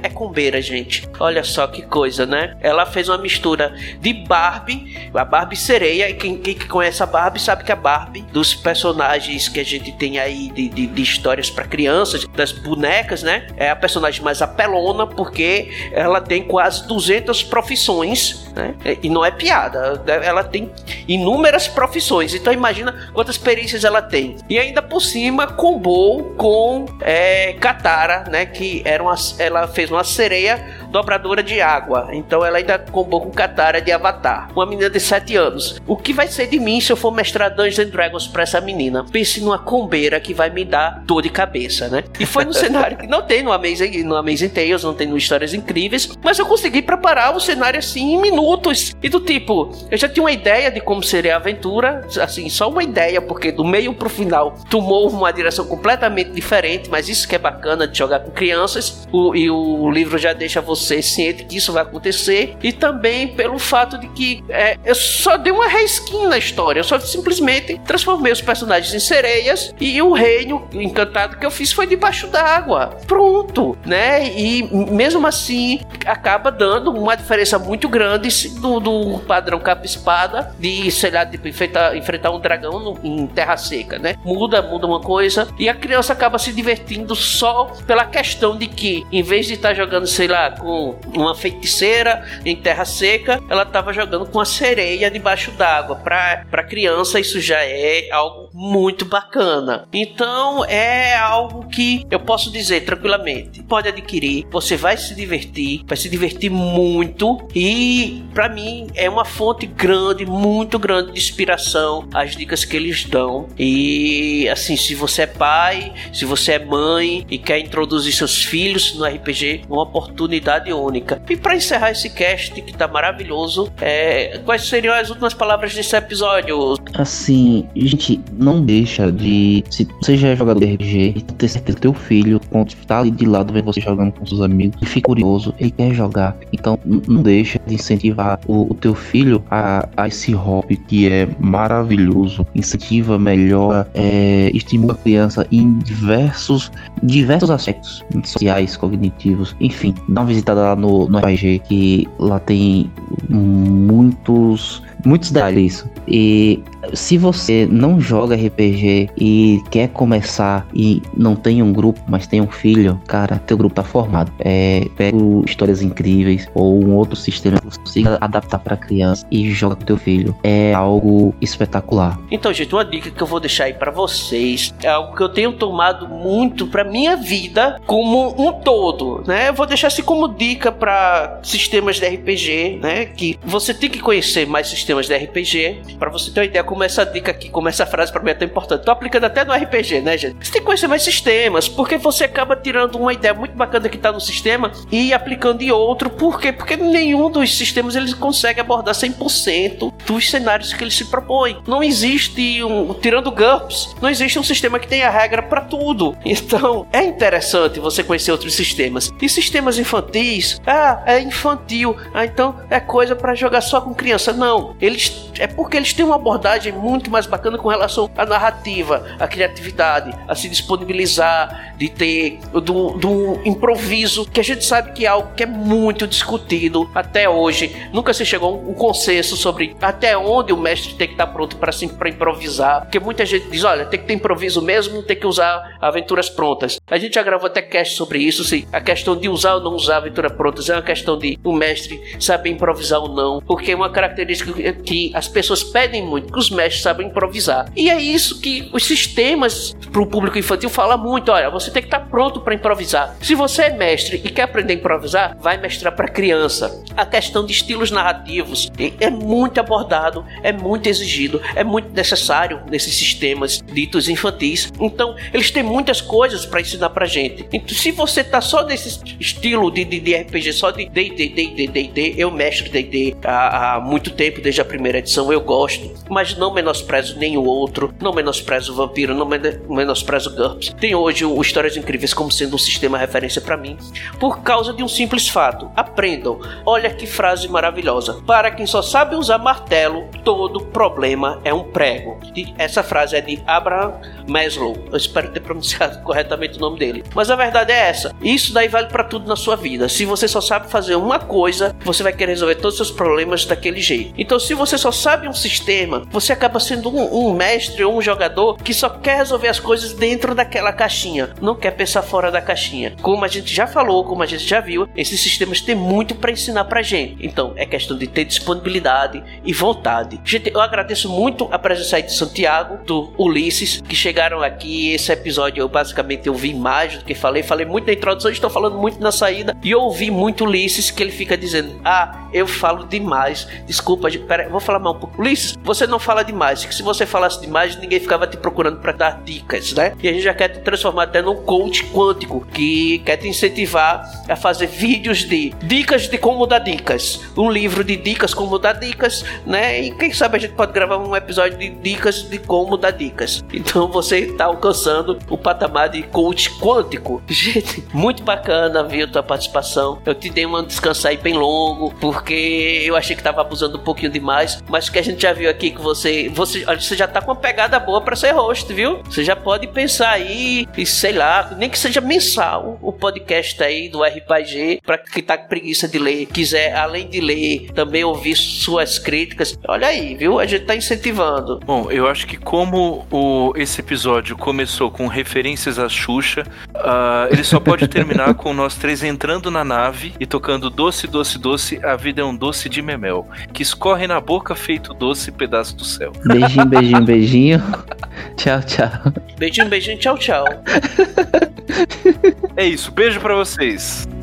gente. Olha só que coisa, né? Ela fez uma mistura de Barbie, a Barbie sereia, e quem conhece a Barbie sabe que a Barbie, dos personagens que a gente tem aí de histórias para crianças, das bonecas, né? É a personagem mais apelona, porque ela tem quase 200 profissões, né? E não é piada, ela tem inúmeras profissões, então imagina quantas perícias ela tem. E ainda por cima combou com Katara, né? Que ela fez uma sereia dobradora de água, então ela ainda combou com Katara de Avatar, uma menina de 7 anos. O que vai ser de mim se eu for mestrar Dungeons & Dragons pra essa menina? Pense numa combeira que vai me dar dor de cabeça, né? E foi no cenário que não tem no Amazing Tales, não tem no Histórias Incríveis, mas eu consegui preparar o cenário assim em minutos, e do tipo, eu já tinha uma ideia de como seria a aventura, assim, só uma ideia, porque do meio pro final tomou uma direção completamente diferente, mas isso que é bacana de jogar com crianças, e o livro já deixa você ciente que isso vai acontecer, e também pelo fato de que eu só dei uma reskin na história, eu só simplesmente transformei os personagens em sereias, e o reino encantado que eu fiz foi debaixo d'água, pronto, né? E mesmo assim acaba dando uma diferença muito grande do padrão capa-espada, de, sei lá, de enfrentar um dragão em terra seca, né? Muda uma coisa, e a criança acaba se divertindo só pela questão de que, em vez de estar jogando, sei lá, com uma feiticeira em terra seca, ela estava jogando com a sereia debaixo d'água. Para criança isso já é algo muito bacana. Então é algo que eu posso dizer tranquilamente, pode adquirir, você vai se divertir muito, e para mim é uma fonte grande, muito grande de inspiração, as dicas que eles dão. E assim, se você é pai, se você é mãe e quer introduzir seus filhos no RPG, uma oportunidade jogabilidade única. E para encerrar esse cast que tá maravilhoso, quais seriam as últimas palavras desse episódio? Assim, gente, não deixa de... Se você já é jogador de RPG, ter certeza que teu filho, quando tá ali de lado vendo você jogando com seus amigos, ele fica curioso, ele quer jogar. Então, não deixa de incentivar o teu filho a esse hobby que é maravilhoso. Incentiva, melhora, estimula a criança em diversos aspectos sociais, cognitivos, enfim. Dá uma visitada lá no RPG, que lá tem muitos detalhes. E se você não joga RPG e quer começar e não tem um grupo, mas tem um filho, cara, teu grupo tá formado. Pega histórias incríveis ou um outro sistema que você consiga adaptar pra criança e joga com teu filho. É algo espetacular. Então, gente, uma dica que eu vou deixar aí pra vocês é algo que eu tenho tomado muito pra minha vida como um todo, né? Eu vou deixar assim como dica pra sistemas de RPG, né? Que você tem que conhecer mais sistemas de RPG. Pra você ter uma ideia como essa dica aqui, como essa frase pra mim é tão importante. Tô aplicando até no RPG, né, gente? Você tem que conhecer mais sistemas, porque você acaba tirando uma ideia muito bacana que tá no sistema e aplicando em outro. Por quê? Porque nenhum dos sistemas eles consegue abordar 100% dos cenários que ele se propõe. Não existe tirando GURPS, não existe um sistema que tenha regra pra tudo. Então, é interessante você conhecer outros sistemas. E sistemas infantis, é infantil, então é coisa pra jogar só com criança. Não, é porque eles têm uma abordagem muito mais bacana com relação à narrativa, à criatividade, a se disponibilizar, de ter do improviso, que a gente sabe que é algo que é muito discutido até hoje. Nunca se chegou a um consenso sobre até onde o mestre tem que estar pronto para improvisar, porque muita gente diz, olha, tem que ter improviso mesmo, tem que usar aventuras prontas. A gente já gravou até cast sobre isso, se a questão de usar ou não usar aventuras prontas é uma questão de o mestre saber improvisar ou não, porque é uma característica que as pessoas pedem muito, que os mestres sabem improvisar. E é isso que os sistemas para o público infantil falam muito, olha, você tem que estar pronto para improvisar. Se você é mestre e quer aprender a improvisar, vai mestrar para criança. A questão de estilos narrativos é muito abordado, é muito exigido, é muito necessário nesses sistemas ditos infantis. Então, eles têm muitas coisas para ensinar pra gente. Então, se você tá só nesse estilo de RPG, só de D&D, eu mestro D&D há muito tempo, desde a primeira edição, eu gosto, mas não menosprezo nenhum outro, não menosprezo o Vampiro, não menosprezo o GURPS. Tem hoje o Histórias Incríveis como sendo um sistema referência pra mim, por causa de um simples fato. Aprendam. Olha que frase maravilhosa. Para quem só sabe usar martelo, todo problema é um prego. E essa frase é de Abraham Maslow. Eu espero ter pronunciado corretamente o nome dele. Mas a verdade é essa. Isso daí vale pra tudo na sua vida. Se você só sabe fazer uma coisa, você vai querer resolver todos os seus problemas daquele jeito. Então, se você só sabe um sistema, você acaba sendo um mestre ou um jogador que só quer resolver as coisas dentro daquela caixinha. Não quer pensar fora da caixinha. Como a gente já falou, como a gente já viu, esses sistemas têm muito pra ensinar pra gente. Então, é questão de ter disponibilidade e vontade. Gente, eu agradeço muito a presença aí de Santiago, do Ulisses, que chegaram aqui. Esse episódio eu basicamente ouvi mais do que falei muito na introdução, estou falando muito na saída, e eu ouvi muito Ulisses, que ele fica dizendo, eu falo demais, desculpa, pera, vou falar mais um pouco. Ulisses, você não fala demais, que se você falasse demais, ninguém ficava te procurando para dar dicas, né? E a gente já quer te transformar até num coach quântico, que quer te incentivar a fazer vídeos de dicas de como dar dicas, um livro de dicas como dar dicas, né? E quem sabe a gente pode gravar um episódio de dicas de como dar dicas. Então você está alcançando o patamar de coach quântico. Gente, muito bacana, viu, tua participação. Eu te dei uma descansa aí bem longo, porque eu achei que tava abusando um pouquinho demais, mas que a gente já viu aqui que você já tá com uma pegada boa pra ser host, viu? Você já pode pensar aí, e sei lá, nem que seja mensal, o podcast aí do RPG, pra quem tá com preguiça de ler, quiser, além de ler, também ouvir suas críticas. Olha aí, viu? A gente tá incentivando. Bom, eu acho que como esse episódio começou com referências à Xuxa, ele só pode terminar com nós três entrando na nave e tocando doce, doce, doce, a vida é um doce de memel, que escorre na boca feito doce pedaço do céu. Beijinho, beijinho, beijinho. Tchau, tchau. Beijinho, beijinho, tchau, tchau. É isso, beijo pra vocês.